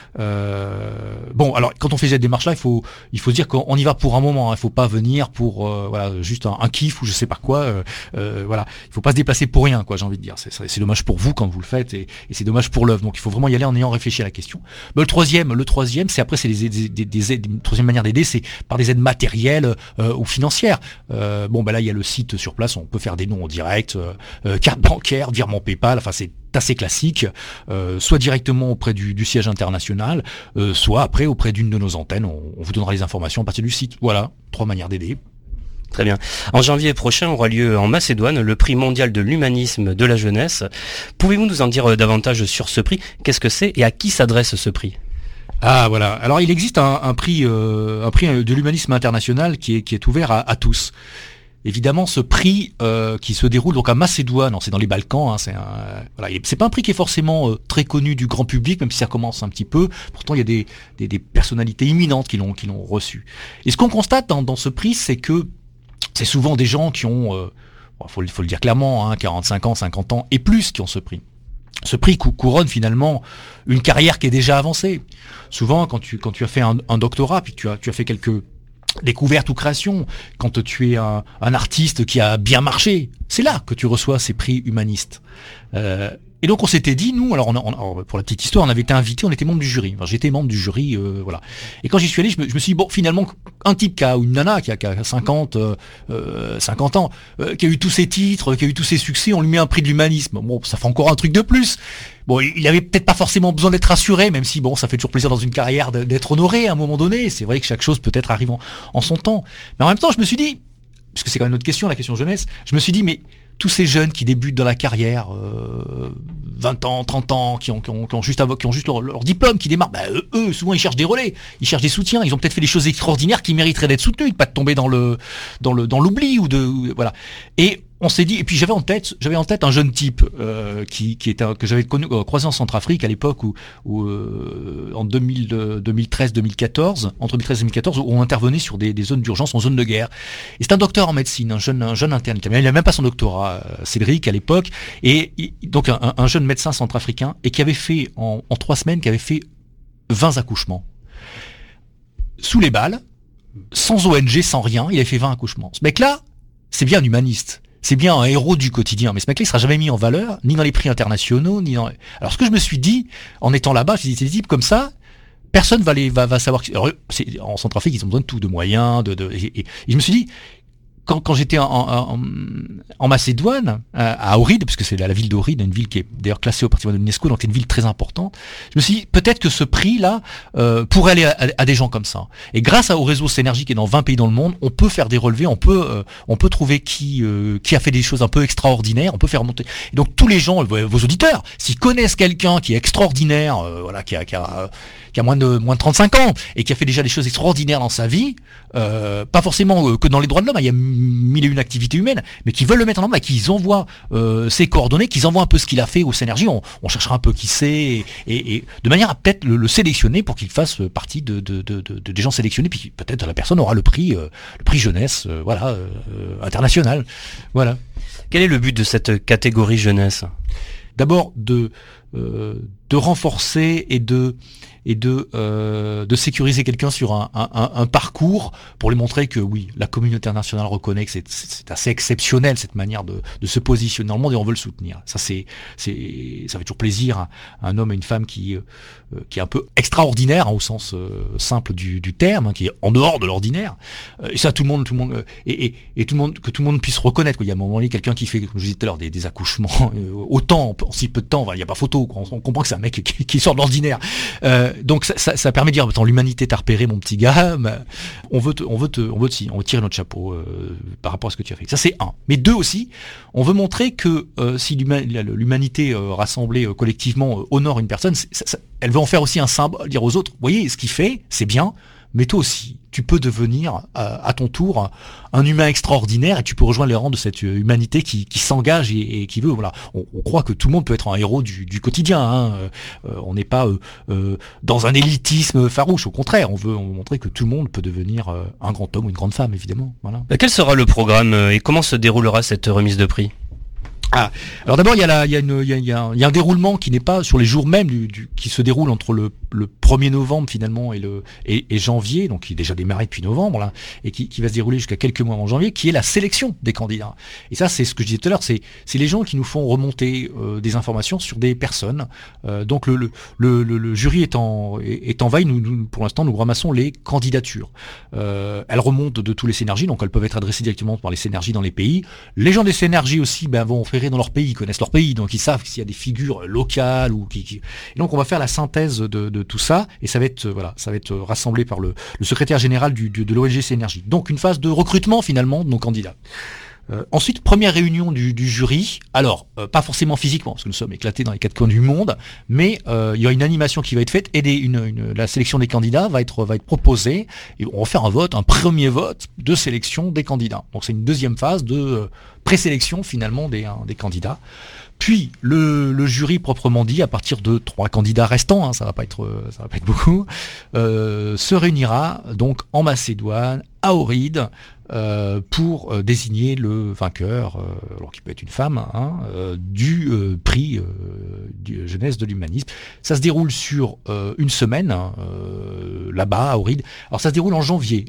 Bon, alors quand on fait cette démarche-là, il faut se dire qu'on y va pour un moment. Il faut pas venir pour juste un kiff ou je sais pas quoi. Voilà, il faut pas se déplacer pour rien, quoi. J'ai envie de dire. C'est dommage pour vous quand vous le faites et c'est dommage pour l'œuvre. Donc il faut vraiment y aller en ayant réfléchi à la question. Le troisième, c'est des aides. Une troisième manière d'aider, c'est par des aides matérielles ou financières. Là, il y a le site sur place, on peut faire des dons en direct, carte bancaire, virement PayPal. Enfin, c'est assez classique, soit directement auprès du siège international, soit après auprès d'une de nos antennes. On vous donnera les informations à partir du site. Voilà, 3 manières d'aider. Très bien. En janvier prochain aura lieu en Macédoine le prix mondial de l'humanisme de la jeunesse. Pouvez-vous nous en dire davantage sur ce prix ? Qu'est-ce que c'est et à qui s'adresse ce prix ? Ah voilà. Alors il existe un prix de l'humanisme international qui est ouvert à tous. Évidemment, ce prix qui se déroule donc à Macédoine, c'est dans les Balkans. C'est pas un prix qui est forcément très connu du grand public, même si ça commence un petit peu. Pourtant, il y a des personnalités imminentes qui l'ont reçu. Et ce qu'on constate dans ce prix, c'est que c'est souvent des gens qui ont, faut le dire clairement, 45 ans, 50 ans et plus qui ont ce prix. Ce prix couronne finalement une carrière qui est déjà avancée. Souvent, quand tu as fait un doctorat, puis tu as fait quelques découverte ou création, quand tu es un artiste qui a bien marché, c'est là que tu reçois ces prix humanistes. Et donc on s'était dit, nous, alors pour la petite histoire, on avait été invités, on était membre du jury. Enfin, j'étais membre du jury, voilà. Et quand j'y suis allé, je me suis dit, bon, finalement, un type ou une nana qui a 50 ans, qui a eu tous ses titres, qui a eu tous ses succès, on lui met un prix de l'humanisme. Bon, ça fait encore un truc de plus. Bon, il avait peut-être pas forcément besoin d'être assuré, même si bon, ça fait toujours plaisir dans une carrière d'être honoré à un moment donné. C'est vrai que chaque chose peut-être arrive en son temps. Mais en même temps, je me suis dit, parce que c'est quand même notre question, la question jeunesse, je me suis dit, mais tous ces jeunes qui débutent dans la carrière, 20 ans, 30 ans, qui ont juste leur diplôme, qui démarrent, eux, souvent ils cherchent des relais, ils cherchent des soutiens, ils ont peut-être fait des choses extraordinaires qui mériteraient d'être soutenus, de pas tomber dans l'oubli voilà. Et on s'est dit, et puis j'avais en tête un jeune type que j'avais croisé en Centrafrique à l'époque où en 2013-2014, entre 2013 et 2014, où on intervenait sur des zones d'urgence, en zone de guerre. Et c'est un docteur en médecine, un jeune interne. Il n'a même pas son doctorat, Cédric à l'époque, et donc un jeune médecin centrafricain et qui avait fait en 3 semaines, qui avait fait 20 accouchements sous les balles, sans ONG, sans rien. Il avait fait 20 accouchements. Ce mec-là, c'est bien un humaniste. C'est bien un héros du quotidien, mais ce mec-là, il sera jamais mis en valeur, ni dans les prix internationaux, ni dans... Alors, ce que je me suis dit, en étant là-bas, je me suis dit, des types comme ça, personne va savoir... Alors, en Centrafrique, ils ont besoin de tout, de moyens, et je me suis dit, quand j'étais en Macédoine, à Ohrid, parce que c'est la ville d'Ohrid, une ville qui est d'ailleurs classée au patrimoine de l'UNESCO, donc c'est une ville très importante, je me suis dit, peut-être que ce prix-là pourrait aller à des gens comme ça. Et grâce au réseau Synergie qui est dans 20 pays dans le monde, on peut faire des relevés, on peut trouver qui a fait des choses un peu extraordinaires, on peut faire monter. Et donc tous les gens, vos auditeurs, s'ils connaissent quelqu'un qui est extraordinaire, qui a moins de 35 ans, et qui a fait déjà des choses extraordinaires dans sa vie, pas forcément que dans les droits de l'homme, il y a 1001 activités humaines, mais qui veulent le mettre en œuvre, qu'ils envoient ses coordonnées, qu'ils envoient un peu ce qu'il a fait au Synergie, on cherchera un peu qui c'est, et de manière à peut-être le sélectionner pour qu'il fasse partie des gens sélectionnés, puis peut-être la personne aura le prix jeunesse, international. Voilà. Quel est le but de cette catégorie jeunesse ? D'abord de renforcer et de sécuriser quelqu'un sur un parcours pour lui montrer que oui, la communauté internationale reconnaît que c'est assez exceptionnel cette manière de se positionner dans le monde et on veut le soutenir. Ça ça fait toujours plaisir à un homme et une femme qui est un peu extraordinaire au sens simple du terme, qui est en dehors de l'ordinaire. Et ça, tout le monde et tout le monde, que tout le monde puisse reconnaître. Il y a un moment donné quelqu'un qui fait, comme je disais tout à l'heure, des accouchements autant en si peu de temps. Il n'y a pas photo. On comprend que c'est un mec qui sort de l'ordinaire. Donc ça permet de dire, attends, l'humanité t'a repéré, mon petit gars. On veut tirer notre chapeau par rapport à ce que tu as fait. Ça, c'est un. Mais deux aussi, on veut montrer que si l'humanité rassemblée collectivement honore une personne, elle veut en faire aussi un symbole, dire aux autres, vous voyez, ce qu'il fait, c'est bien, mais toi aussi, tu peux devenir à ton tour un humain extraordinaire et tu peux rejoindre les rangs de cette humanité qui s'engage et qui veut. Voilà, on croit que tout le monde peut être un héros du quotidien. Hein. On n'est pas dans un élitisme farouche. Au contraire, on veut montrer que tout le monde peut devenir un grand homme ou une grande femme, évidemment. Voilà. Quel sera le programme et comment se déroulera cette remise de prix ? Alors d'abord, il y a un déroulement qui n'est pas sur les jours même qui se déroule entre le 1er novembre finalement et janvier, donc qui est déjà démarré depuis novembre là, et qui va se dérouler jusqu'à quelques mois en janvier, qui est la sélection des candidats. Et ça, c'est ce que je disais tout à l'heure, c'est les gens qui nous font remonter des informations sur des personnes. Donc le jury est en veille. Nous pour l'instant, nous ramassons les candidatures. Elles remontent de tous les Synergies, donc elles peuvent être adressées directement par les Synergies dans les pays. Les gens des Synergies aussi vont opérer dans leur pays, ils connaissent leur pays, donc ils savent s'il y a des figures locales ou qui... Et donc on va faire la synthèse de tout ça, et ça va être rassemblé par le secrétaire général de l'ONG Énergie. Donc une phase de recrutement finalement de nos candidats. Ensuite, première réunion du jury. Alors, pas forcément physiquement, parce que nous sommes éclatés dans les 4 coins du monde, mais il y a une animation qui va être faite et la sélection des candidats va être proposée. Et on va faire un premier vote de sélection des candidats. Donc c'est une deuxième phase de présélection finalement des candidats. Puis le jury proprement dit, à partir de 3 candidats restants, ça va pas être beaucoup, se réunira donc en Macédoine, à Ohrid, pour désigner le vainqueur, alors qui peut être une femme, du prix du jeunesse de l'humanisme. Ça se déroule sur une semaine, là-bas à Ohrid. Alors ça se déroule en janvier,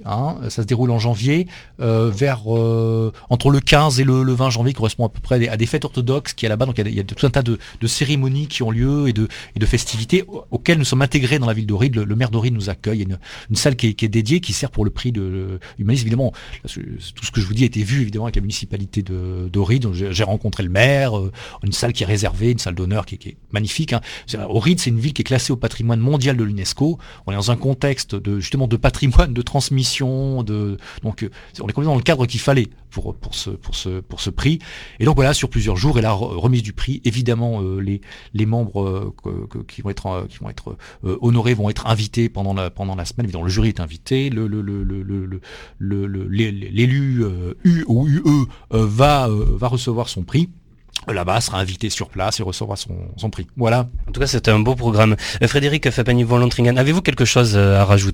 vers entre le 15 et le 20 janvier, qui correspond à peu près à des fêtes orthodoxes qui est là-bas. Donc il y a tout un tas de cérémonies qui ont lieu et de festivités auxquelles nous sommes intégrés dans la ville d'Ohrid. Le maire d'Ohrid nous accueille. Il y a une salle qui est dédiée, qui sert pour le prix de l'humanisme. Évidemment, tout ce que je vous dis a été vu évidemment avec la municipalité d'Ohrid. J'ai rencontré le maire, une salle qui est réservée, une salle d'honneur qui est magnifique. Ohrid, c'est une ville qui est classée au patrimoine mondial de l'UNESCO. On est dans un contexte de patrimoine, de transmission, donc on est complètement dans le cadre qu'il fallait pour ce prix. Et donc voilà, sur plusieurs jours, et la remise du prix, évidemment, les membres qui vont être honorés vont être invités pendant la semaine. Évidemment, le jury est invité, l'élu U ou UE va recevoir son prix. Là-bas, sera invité sur place et recevra son prix. Voilà. En tout cas, c'était un beau programme. Frédéric Fapani-Volontringen, avez-vous quelque chose à rajouter ?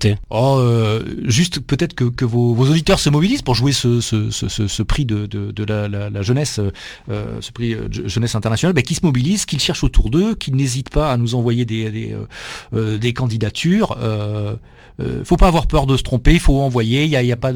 Juste peut-être que vos auditeurs se mobilisent pour jouer ce prix de la jeunesse, ce prix jeunesse internationale, qui se mobilisent, qu'ils cherchent autour d'eux, qu'ils n'hésitent pas à nous envoyer des candidatures. Faut pas avoir peur de se tromper, il faut envoyer. Il y a pas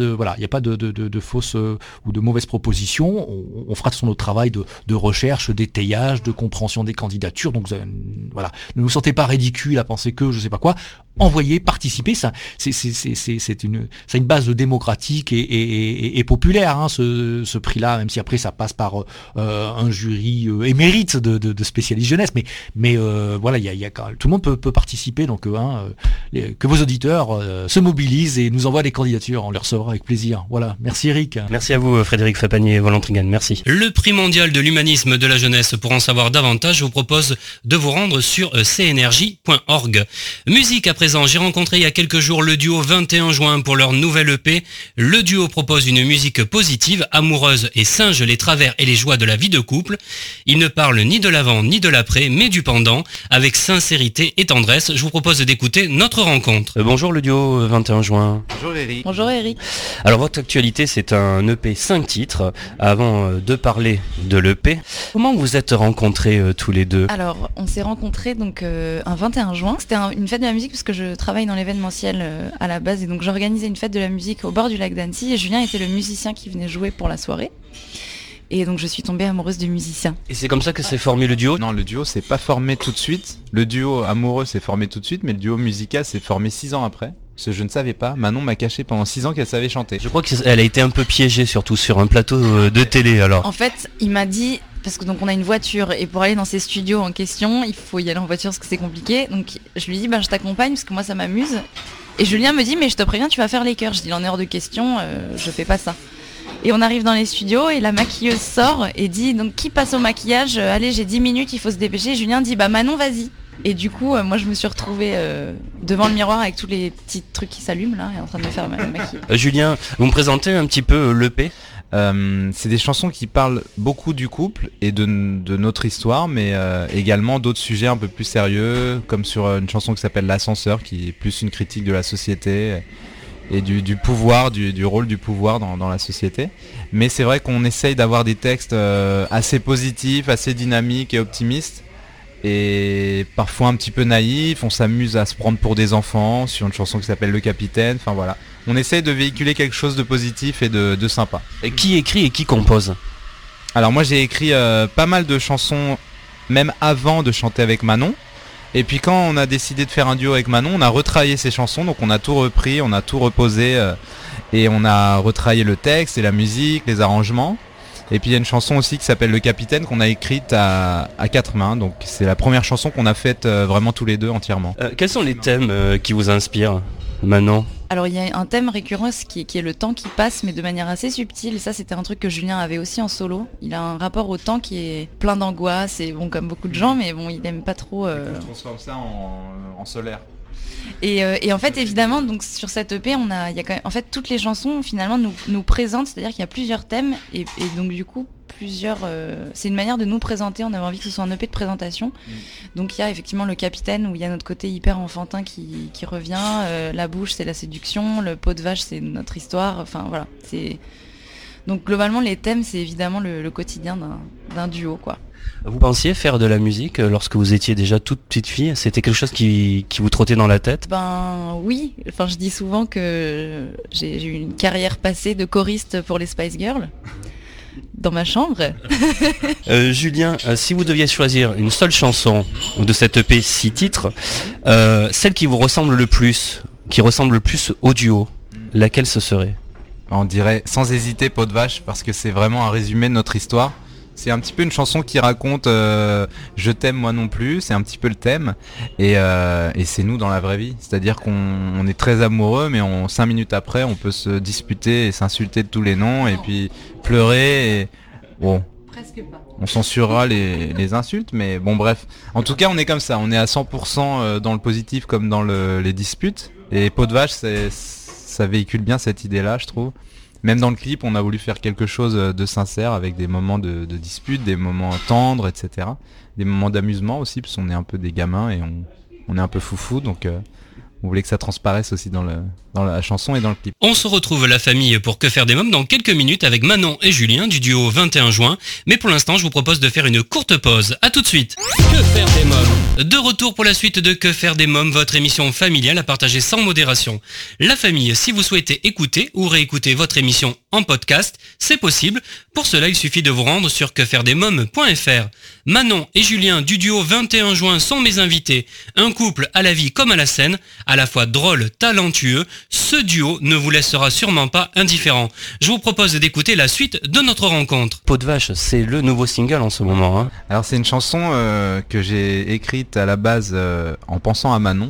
de fausses ou de mauvaises propositions. On fera notre travail de recherche, d'étayage, de compréhension des candidatures. Donc voilà, ne vous sentez pas ridicule à penser que je sais pas quoi. Envoyer, participer, ça c'est une base démocratique et populaire, ce prix-là, même si après ça passe par un jury émérite de spécialistes jeunesse, mais voilà, tout le monde peut participer, donc que vos auditeurs se mobilisent et nous envoient des candidatures, on les recevra avec plaisir. Voilà, merci Eric. Merci à vous Frédéric Fapani-Volontringen, merci. Le prix mondial de l'humanisme de la jeunesse, pour en savoir davantage, je vous propose de vous rendre sur cenergie.org. Musique à présent, j'ai rencontré il y a quelques jours le duo 21 juin pour leur nouvelle EP. Le duo propose une musique positive, amoureuse et singe les travers et les joies de la vie de couple. Ils ne parlent ni de l'avant ni de l'après, mais du pendant, avec sincérité et tendresse. Je vous propose d'écouter notre rencontre. Bonjour le duo 21 juin. Bonjour Eric. Bonjour Eric. Alors votre actualité, c'est un EP 5 titres. Avant de parler de l'EP, comment vous êtes rencontrés tous les deux ? Alors on s'est rencontrés donc un 21 juin. C'était une fête de la musique parce que je travaille dans l'événementiel à la base et donc j'organisais une fête de la musique au bord du lac d'Annecy et Julien était le musicien qui venait jouer pour la soirée. Et donc je suis tombée amoureuse du musicien. Et c'est comme ça que s'est formé le duo ? Non, le duo s'est pas formé tout de suite. Le duo amoureux s'est formé tout de suite, mais le duo musical s'est formé 6 ans après. Parce que je ne savais pas, Manon m'a caché pendant 6 ans qu'elle savait chanter. Je crois qu'elle a été un peu piégée, surtout sur un plateau de télé alors. En fait, il m'a dit, parce que donc on a une voiture et pour aller dans ces studios en question, il faut y aller en voiture parce que c'est compliqué. Donc je lui dis, je t'accompagne parce que moi ça m'amuse. Et Julien me dit, mais je te préviens, tu vas faire les chœurs. Je dis, il en est hors de question, je fais pas ça. Et on arrive dans les studios et la maquilleuse sort et dit, donc qui passe au maquillage ? Allez, j'ai 10 minutes, il faut se dépêcher. Julien dit, Manon, vas-y. Et du coup, moi je me suis retrouvée devant le miroir avec tous les petits trucs qui s'allument là et en train de me faire maquiller. Julien, vous me présentez un petit peu l'EP ? C'est des chansons qui parlent beaucoup du couple et de notre histoire, mais également d'autres sujets un peu plus sérieux, comme sur une chanson qui s'appelle L'Ascenseur, qui est plus une critique de la société et du pouvoir, du rôle du pouvoir dans la société. Mais c'est vrai qu'on essaye d'avoir des textes assez positifs, assez dynamiques et optimistes, et parfois un petit peu naïfs. On s'amuse à se prendre pour des enfants sur une chanson qui s'appelle Le Capitaine. Enfin voilà, on essaye de véhiculer quelque chose de positif et de sympa. Et qui écrit et qui compose ? Alors moi j'ai écrit pas mal de chansons même avant de chanter avec Manon. Et puis quand on a décidé de faire un duo avec Manon, on a retravaillé ces chansons, donc on a tout repris, on a tout reposé et on a retravaillé le texte et la musique, les arrangements. Et puis il y a une chanson aussi qui s'appelle Le Capitaine qu'on a écrite à 4 mains, donc c'est la première chanson qu'on a faite vraiment tous les deux entièrement. Quels sont les thèmes qui vous inspirent maintenant ? Alors il y a un thème récurrent qui est le temps qui passe, mais de manière assez subtile. Et ça c'était un truc que Julien avait aussi en solo. Il a un rapport au temps qui est plein d'angoisse et bon comme beaucoup de gens, mais bon il aime pas trop. On transforme ça en solaire. Et en fait évidemment donc sur cette EP il y a quand même en fait toutes les chansons finalement nous présentent, c'est-à-dire qu'il y a plusieurs thèmes et donc du coup c'est une manière de nous présenter. On avait envie que ce soit un EP de présentation. Donc il y a effectivement Le Capitaine où il y a notre côté hyper enfantin qui revient, la bouche c'est la séduction, le pot de vache c'est notre histoire, enfin voilà, donc globalement les thèmes c'est évidemment le quotidien d'un duo quoi. Vous pensiez faire de la musique lorsque vous étiez déjà toute petite fille ? C'était quelque chose qui vous trottait dans la tête ? Ben oui, enfin je dis souvent que j'ai eu une carrière passée de choriste pour les Spice Girls dans ma chambre. Julien, si vous deviez choisir une seule chanson de cette EP 6 titres, celle qui vous ressemble le plus, qui ressemble le plus au duo, laquelle ce serait ? On dirait sans hésiter Pot de vache, parce que c'est vraiment un résumé de notre histoire. C'est un petit peu une chanson qui raconte je t'aime moi non plus, c'est un petit peu le thème et c'est nous dans la vraie vie, c'est-à-dire qu'on est très amoureux mais 5 minutes après on peut se disputer et s'insulter de tous les noms et puis pleurer et bon, presque pas. On censurera les insultes mais bon bref, en tout cas on est comme ça, on est à 100% dans le positif comme dans les disputes et Pot de vache ça véhicule bien cette idée-là je trouve. Même dans le clip, on a voulu faire quelque chose de sincère avec des moments de dispute, des moments tendres, etc. Des moments d'amusement aussi, parce qu'on est un peu des gamins et on est un peu foufou, donc on voulait que ça transparaisse aussi dans la chanson et dans le clip. On se retrouve la famille pour Que faire des mômes dans quelques minutes avec Manon et Julien du duo 21 juin. Mais pour l'instant, je vous propose de faire une courte pause. A tout de suite. Que faire des mômes ? De retour pour la suite de Que faire des mômes, votre émission familiale à partager sans modération. La famille, si vous souhaitez écouter ou réécouter votre émission en podcast, c'est possible. Pour cela, il suffit de vous rendre sur quefairedesmômes.fr. Manon et Julien du duo 21 juin sont mes invités. Un couple à la vie comme à la scène, à la fois drôle, talentueux. Ce duo ne vous laissera sûrement pas indifférent. Je vous propose d'écouter la suite de notre rencontre. Pot de vache, c'est le nouveau single en ce moment. Hein. Alors c'est une chanson que j'ai écrite à la base en pensant à Manon.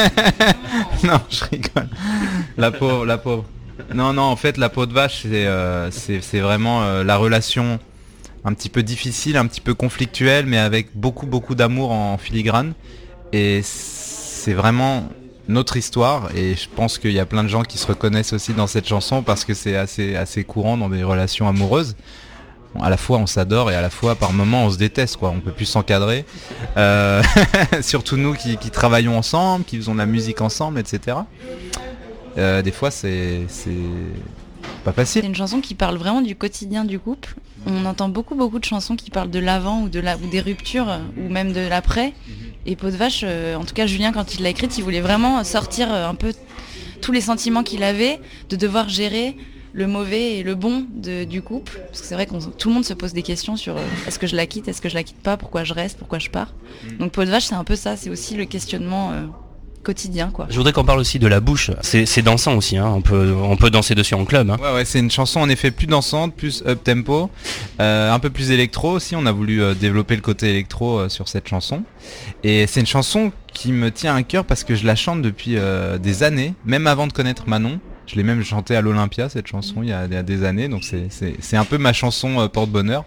Non, je rigole. La pauvre. Non, en fait la peau de vache c'est vraiment la relation un petit peu difficile, un petit peu conflictuelle, mais avec beaucoup d'amour en filigrane. Et c'est vraiment notre histoire et je pense qu'il y a plein de gens qui se reconnaissent aussi dans cette chanson parce que c'est assez courant dans des relations amoureuses. Bon, à la fois on s'adore et à la fois par moments on se déteste quoi, on peut plus s'encadrer. Surtout nous qui travaillons ensemble, qui faisons de la musique ensemble, etc. Des fois c'est pas facile. C'est une chanson qui parle vraiment du quotidien du couple. On entend beaucoup de chansons qui parlent de l'avant ou des ruptures ou même de l'après. Et Pot de vache, en tout cas Julien quand il l'a écrite, il voulait vraiment sortir un peu tous les sentiments qu'il avait, de devoir gérer le mauvais et le bon du couple. Parce que c'est vrai que tout le monde se pose des questions sur est-ce que je la quitte, est-ce que je la quitte pas, pourquoi je reste, pourquoi je pars. Donc Pot de vache c'est un peu ça, c'est aussi le questionnement quotidien quoi. Je voudrais qu'on parle aussi de la bouche, c'est dansant aussi, hein. on peut danser dessus en club. Hein. Ouais, c'est une chanson en effet plus dansante, plus up tempo, un peu plus électro aussi, on a voulu développer le côté électro sur cette chanson. Et c'est une chanson qui me tient à cœur parce que je la chante depuis des années, même avant de connaître Manon. Je l'ai même chantée à l'Olympia cette chanson il y a des années, donc c'est un peu ma chanson porte-bonheur.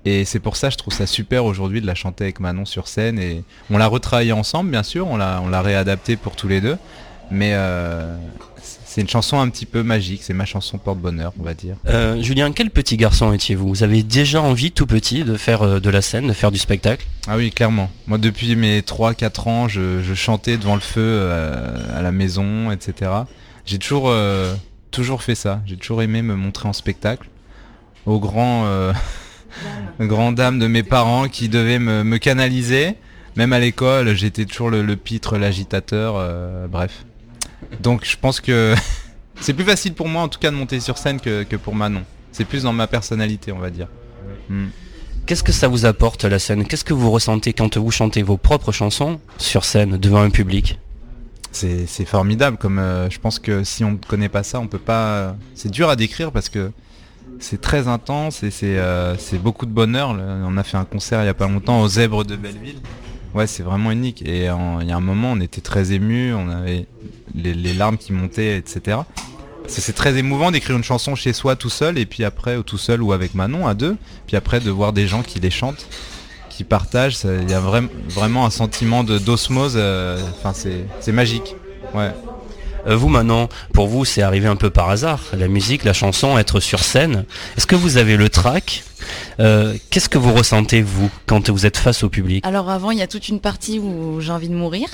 Et c'est pour ça je trouve ça super aujourd'hui de la chanter avec Manon sur scène. Et on l'a retravaillé ensemble bien sûr, on l'a réadapté pour tous les deux. Mais c'est une chanson un petit peu magique, c'est ma chanson porte-bonheur on va dire. Julien, quel petit garçon étiez-vous? Vous avez déjà envie tout petit de faire de la scène, de faire du spectacle? Ah oui clairement, moi depuis mes 3-4 ans je chantais devant le feu à la maison, etc. J'ai toujours fait ça, j'ai toujours aimé me montrer en spectacle. Aux grandes dames de mes parents qui devaient me canaliser. Même à l'école, j'étais toujours le pitre, l'agitateur, bref. Donc je pense que c'est plus facile pour moi en tout cas de monter sur scène que pour Manon. C'est plus dans ma personnalité on va dire. Qu'est-ce que ça vous apporte la scène? Qu'est-ce que vous ressentez quand vous chantez vos propres chansons sur scène devant un public? C'est formidable, comme je pense que si on ne connaît pas ça, on peut pas. C'est dur à décrire parce que c'est très intense et c'est beaucoup de bonheur. On a fait un concert il y a pas longtemps aux Zèbres de Belleville. Ouais, c'est vraiment unique. Et il y a un moment, on était très émus, on avait les larmes qui montaient, etc. C'est très émouvant d'écrire une chanson chez soi tout seul et puis après, ou tout seul ou avec Manon à deux, puis après de voir des gens qui les chantent, qui partagent. Il y a vraiment un sentiment d'osmose. Enfin, c'est magique. Ouais. Vous Manon, pour vous c'est arrivé un peu par hasard, la musique, la chanson, être sur scène. Est-ce que vous avez le trac? Qu'est-ce que vous ressentez vous quand vous êtes face au public? Alors avant il y a toute une partie où j'ai envie de mourir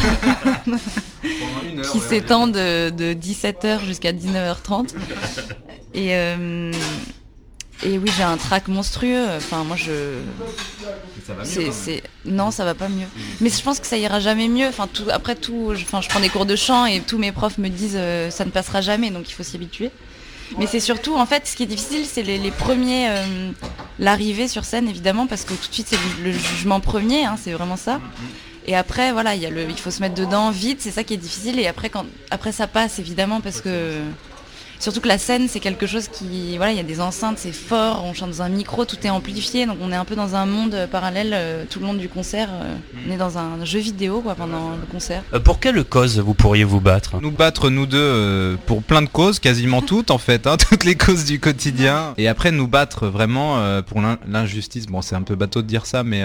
qui s'étend de 17h jusqu'à 19h30 et oui j'ai un trac monstrueux, enfin moi Ça va mieux, non ça va pas mieux, mais je pense que ça ira jamais mieux, enfin je prends des cours de chant et tous mes profs me disent ça ne passera jamais, donc il faut s'y habituer. Mais c'est surtout, en fait, ce qui est difficile, c'est les premiers, l'arrivée sur scène, évidemment, parce que tout de suite, c'est le jugement premier, hein, c'est vraiment ça. Et après, voilà, il faut se mettre dedans vite, c'est ça qui est difficile. Et après ça passe, évidemment, parce que... Surtout que la scène, c'est quelque chose qui... Voilà, il y a des enceintes, c'est fort, on chante dans un micro, tout est amplifié, donc on est un peu dans un monde parallèle tout le long du concert. On est dans un jeu vidéo, quoi, pendant le concert. Pour quelle cause vous pourriez vous battre? Nous battre, nous deux, pour plein de causes, quasiment toutes en fait, hein, toutes les causes du quotidien. Et après nous battre vraiment pour l'injustice. Bon, c'est un peu bateau de dire ça, mais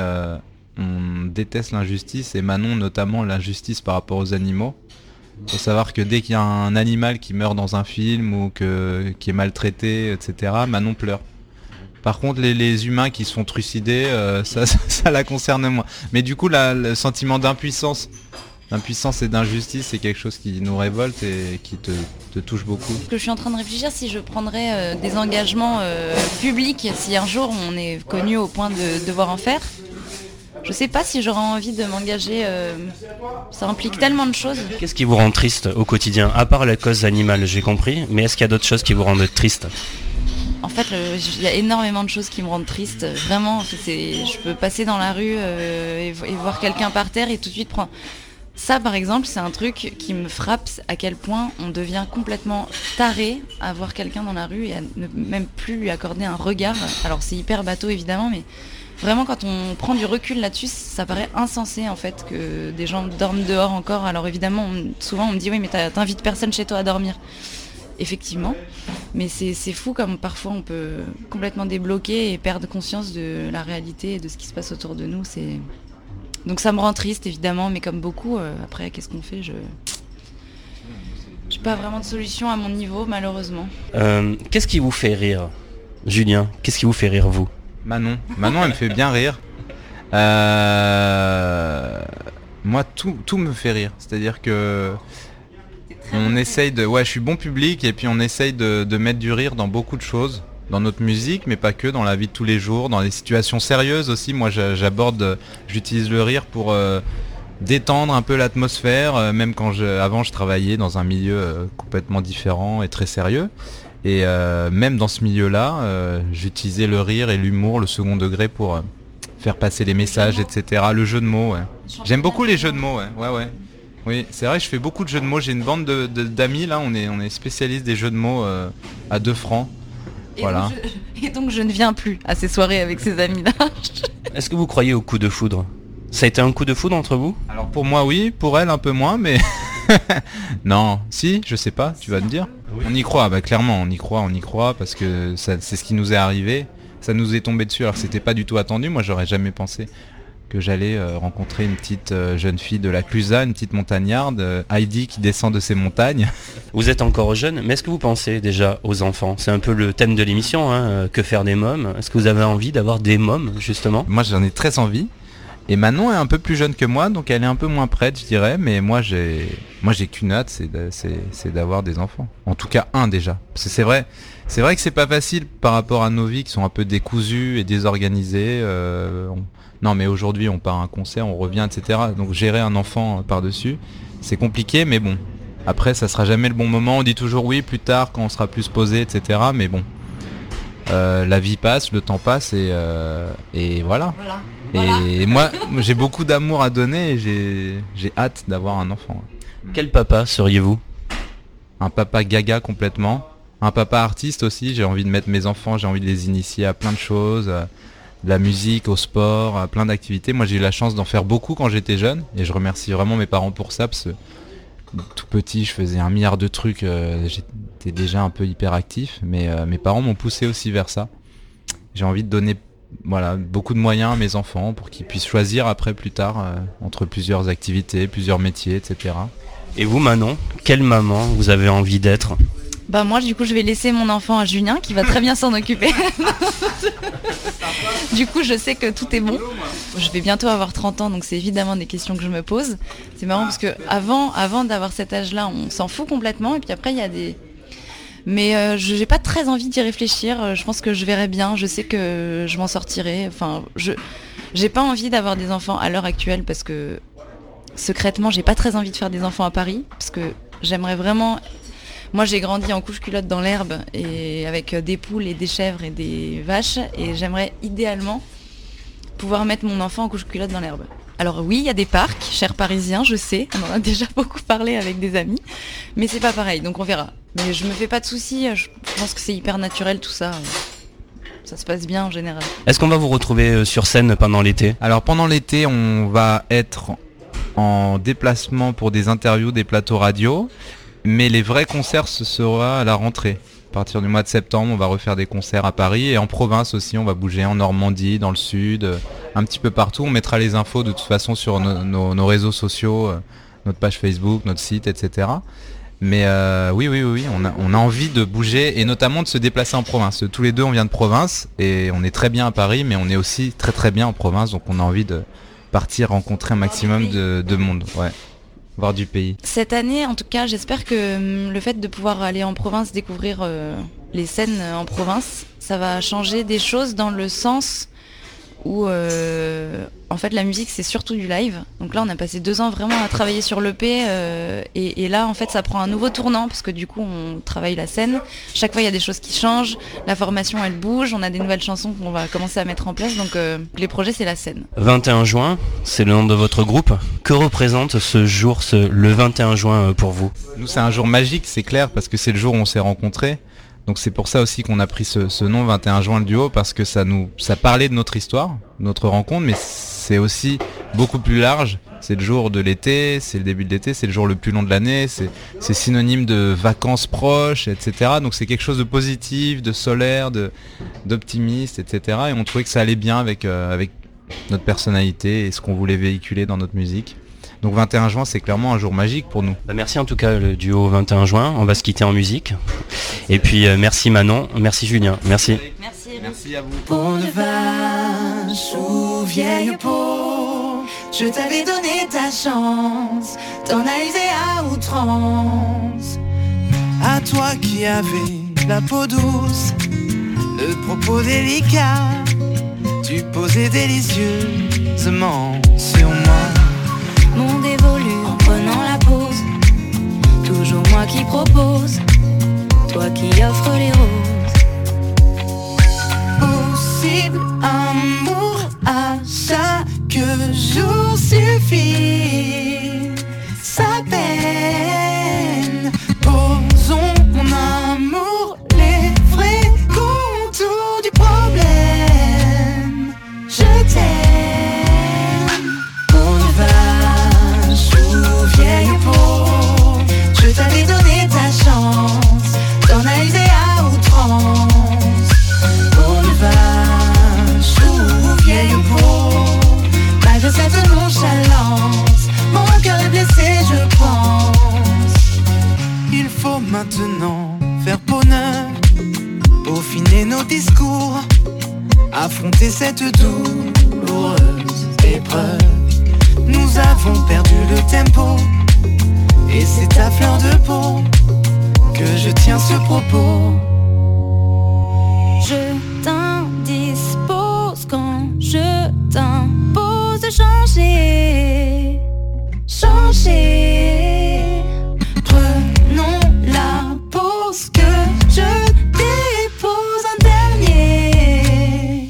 on déteste l'injustice, et Manon notamment l'injustice par rapport aux animaux. Faut savoir que dès qu'il y a un animal qui meurt dans un film ou qui est maltraité, etc., Manon pleure. Par contre, les humains qui sont trucidés, ça la concerne moins. Mais du coup, le sentiment d'impuissance et d'injustice, c'est quelque chose qui nous révolte et qui te touche beaucoup. Je suis en train de réfléchir si je prendrais des engagements publics, si un jour on est connu au point de devoir en faire. Je sais pas si j'aurais envie de m'engager, ça implique tellement de choses. Qu'est-ce qui vous rend triste au quotidien? À part la cause animale, j'ai compris, mais est-ce qu'il y a d'autres choses qui vous rendent triste? En fait, il y a énormément de choses qui me rendent triste. Vraiment, je peux passer dans la rue et voir quelqu'un par terre et tout de suite prendre... Ça, par exemple, c'est un truc qui me frappe, à quel point on devient complètement taré à voir quelqu'un dans la rue et à ne même plus lui accorder un regard. Alors c'est hyper bateau, évidemment, mais... Vraiment, quand on prend du recul là-dessus, ça paraît insensé en fait que des gens dorment dehors encore. Alors évidemment, souvent on me dit oui mais t'invites personne chez toi à dormir. Effectivement, mais c'est fou comme parfois on peut complètement débloquer et perdre conscience de la réalité et de ce qui se passe autour de nous. Donc ça me rend triste évidemment, mais comme beaucoup, après qu'est-ce qu'on fait? J'ai pas vraiment de solution à mon niveau malheureusement. Qu'est-ce qui vous fait rire, Julien? Qu'est-ce qui vous fait rire vous? Manon, elle me fait bien rire. Moi, tout me fait rire. C'est-à-dire que on essaye de... Ouais, je suis bon public et puis on essaye de mettre du rire dans beaucoup de choses. Dans notre musique, mais pas que, dans la vie de tous les jours, dans les situations sérieuses aussi. Moi, j'utilise le rire pour détendre un peu l'atmosphère. Même quand avant, je travaillais dans un milieu complètement différent et très sérieux. Et même dans ce milieu-là, j'utilisais le rire et l'humour, le second degré pour faire passer les messages, etc. Le jeu de mots, ouais. J'aime beaucoup les jeux de mots, ouais. Oui, c'est vrai, je fais beaucoup de jeux de mots. J'ai une bande d'amis, là, on est spécialistes des jeux de mots à 2 francs. Voilà. Et donc je ne viens plus à ces soirées avec ces amis-là. Est-ce que vous croyez au coup de foudre? Ça a été un coup de foudre entre vous? Alors pour moi, oui. Pour elle, un peu moins, mais... Non, si, je sais pas, tu vas me dire. Oui. On y croit, clairement, on y croit, parce que c'est ce qui nous est arrivé. ça nous est tombé dessus alors que c'était pas du tout attendu. Moi, j'aurais jamais pensé que j'allais rencontrer une petite jeune fille de la Clusaz, une petite montagnarde, Heidi qui descend de ses montagnes. Vous êtes encore jeune, mais est-ce que vous pensez déjà aux enfants ? C'est un peu le thème de l'émission, hein, que faire des mômes ? Est-ce que vous avez envie d'avoir des mômes, justement ? Moi, j'en ai très envie. Et Manon est un peu plus jeune que moi, donc elle est un peu moins prête, je dirais. Mais moi, j'ai qu'une hâte, c'est d'avoir des enfants. En tout cas, un déjà. Parce que c'est vrai que c'est pas facile par rapport à nos vies qui sont un peu décousues et désorganisées. Non, mais aujourd'hui, on part à un concert, on revient, etc. Donc gérer un enfant par-dessus, c'est compliqué, mais bon. Après, ça sera jamais le bon moment. On dit toujours oui, plus tard, quand on sera plus posé, etc. Mais bon, la vie passe, le temps passe, et voilà. Et moi, j'ai beaucoup d'amour à donner et j'ai hâte d'avoir un enfant. Quel papa seriez-vous ? Un papa gaga complètement. Un papa artiste aussi. J'ai envie de mettre mes enfants, j'ai envie de les initier à plein de choses. De la musique, au sport, à plein d'activités. Moi, j'ai eu la chance d'en faire beaucoup quand j'étais jeune. Et je remercie vraiment mes parents pour ça. Parce que tout petit, je faisais 1 milliard de trucs. J'étais déjà un peu hyperactif. Mais mes parents m'ont poussé aussi vers ça. J'ai envie de donner beaucoup de moyens à mes enfants pour qu'ils puissent choisir après, plus tard, entre plusieurs activités, plusieurs métiers, etc. Et vous, Manon, quelle maman vous avez envie d'être ? Bah moi, du coup, je vais laisser mon enfant à Julien qui va très bien s'en occuper. Du coup, je sais que tout est bon. Je vais bientôt avoir 30 ans, donc c'est évidemment des questions que je me pose. C'est marrant parce que avant d'avoir cet âge-là, on s'en fout complètement. Et puis après, il y a des... Mais j'ai pas très envie d'y réfléchir. Je pense que je verrai bien. Je sais que je m'en sortirai. Enfin, j'ai pas envie d'avoir des enfants à l'heure actuelle parce que secrètement, j'ai pas très envie de faire des enfants à Paris. Parce que j'aimerais vraiment... Moi, j'ai grandi en couche-culotte dans l'herbe et avec des poules et des chèvres et des vaches. Et j'aimerais idéalement pouvoir mettre mon enfant en couche-culotte dans l'herbe. Alors oui, il y a des parcs, chers Parisiens, je sais. On en a déjà beaucoup parlé avec des amis. Mais c'est pas pareil, donc on verra. Mais je me fais pas de soucis. Je pense que c'est hyper naturel tout ça. Ça se passe bien en général. Est-ce qu'on va vous retrouver sur scène pendant l'été ? Alors pendant l'été, on va être en déplacement pour des interviews, des plateaux radio. Mais les vrais concerts, ce sera à la rentrée. À partir du mois de septembre, on va refaire des concerts à Paris et en province aussi, on va bouger en Normandie, dans le sud, un petit peu partout. On mettra les infos de toute façon sur nos réseaux sociaux, notre page Facebook, notre site, etc. Mais oui, on a envie de bouger et notamment de se déplacer en province. Tous les deux, on vient de province et on est très bien à Paris, mais on est aussi très très bien en province. Donc on a envie de partir rencontrer un maximum de monde. Ouais. Voir du pays. Cette année, en tout cas, j'espère que le fait de pouvoir aller en province, découvrir les scènes en province, ça va changer des choses dans le sens où, en fait, la musique, c'est surtout du live. Donc là, on a passé 2 ans vraiment à travailler sur l'EP et là, en fait, ça prend un nouveau tournant parce que du coup, on travaille la scène. Chaque fois, il y a des choses qui changent. La formation, elle bouge. On a des nouvelles chansons qu'on va commencer à mettre en place. Donc, les projets, c'est la scène. 21 juin, c'est le nom de votre groupe. Que représente ce jour, le 21 juin pour vous ? Nous, c'est un jour magique, c'est clair, parce que c'est le jour où on s'est rencontrés. Donc c'est pour ça aussi qu'on a pris ce nom 21 juin le duo, parce que ça parlait de notre histoire, notre rencontre, mais c'est aussi beaucoup plus large. C'est le jour de l'été, c'est le début de l'été, c'est le jour le plus long de l'année, c'est synonyme de vacances proches, etc. Donc c'est quelque chose de positif, de solaire, d'optimiste, etc. Et on trouvait que ça allait bien avec notre personnalité et ce qu'on voulait véhiculer dans notre musique. Donc 21 juin, c'est clairement un jour magique pour nous. Merci en tout cas le duo 21 juin, on va se quitter en musique. Et puis merci Manon, merci Julien, merci. Merci à vous. Peau de vache ou vieille peau, je t'avais donné ta chance, t'en as usé à outrance. À toi qui avais la peau douce, le propos délicat, tu posais délicieusement sur moi. Monde évolue en prenant la pause, toujours moi qui propose, toi qui offres les roses. Possible amour à chaque jour suffit sa peine. Posons mon amour, les vrais contours du problème. Je t'aime. Je t'avais donné ta chance, t'en as usé à outrance. Pour le vin. maintenant faire peau neuve, peaufiner nos discours, affronter cette douloureuse épreuve. Nous avons perdu le tempo, et c'est à fleur de peau que je tiens ce propos. Je t'indispose quand je t'impose de changer. Changer. Prenons la pause que je dépose un dernier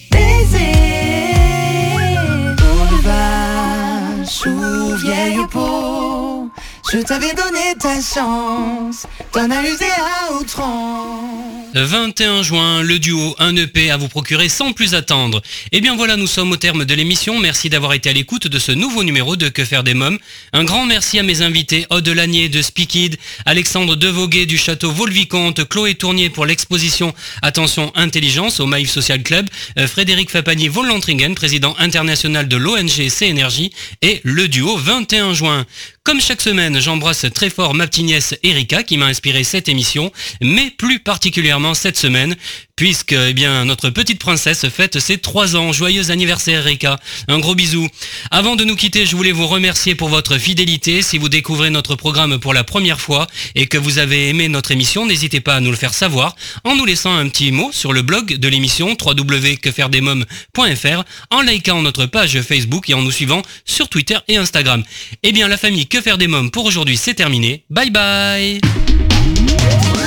baiser. Peau de vache ou vieille peau, je t'avais donné ta chance, t'en as usé à outrance. 21 juin, le duo, un EP à vous procurer sans plus attendre. Et bien voilà, nous sommes au terme de l'émission. Merci d'avoir été à l'écoute de ce nouveau numéro de Que faire des mômes. Un grand merci à mes invités, Aude Lanier de Speakid, Alexandre Devoguet du Château Vaux-le-Vicomte, Chloé Tournier pour l'exposition Attention Intelligence au Maïf Social Club, Frédéric Fapani Volantringen, président international de l'ONG CNRJ et le duo 21 juin. Comme chaque semaine, j'embrasse très fort ma petite nièce Erika qui m'a inspiré cette émission, mais plus particulièrement cette semaine, puisque notre petite princesse fête ses 3 ans. Joyeux anniversaire Erika, un gros bisou. Avant de nous quitter, je voulais vous remercier pour votre fidélité. Si vous découvrez notre programme pour la première fois et que vous avez aimé notre émission, n'hésitez pas à nous le faire savoir en nous laissant un petit mot sur le blog de l'émission www.quefairedesmoms.fr, en likant notre page Facebook et en nous suivant sur Twitter et Instagram. Eh bien la famille Que faire des mômes pour aujourd'hui c'est terminé. Bye bye.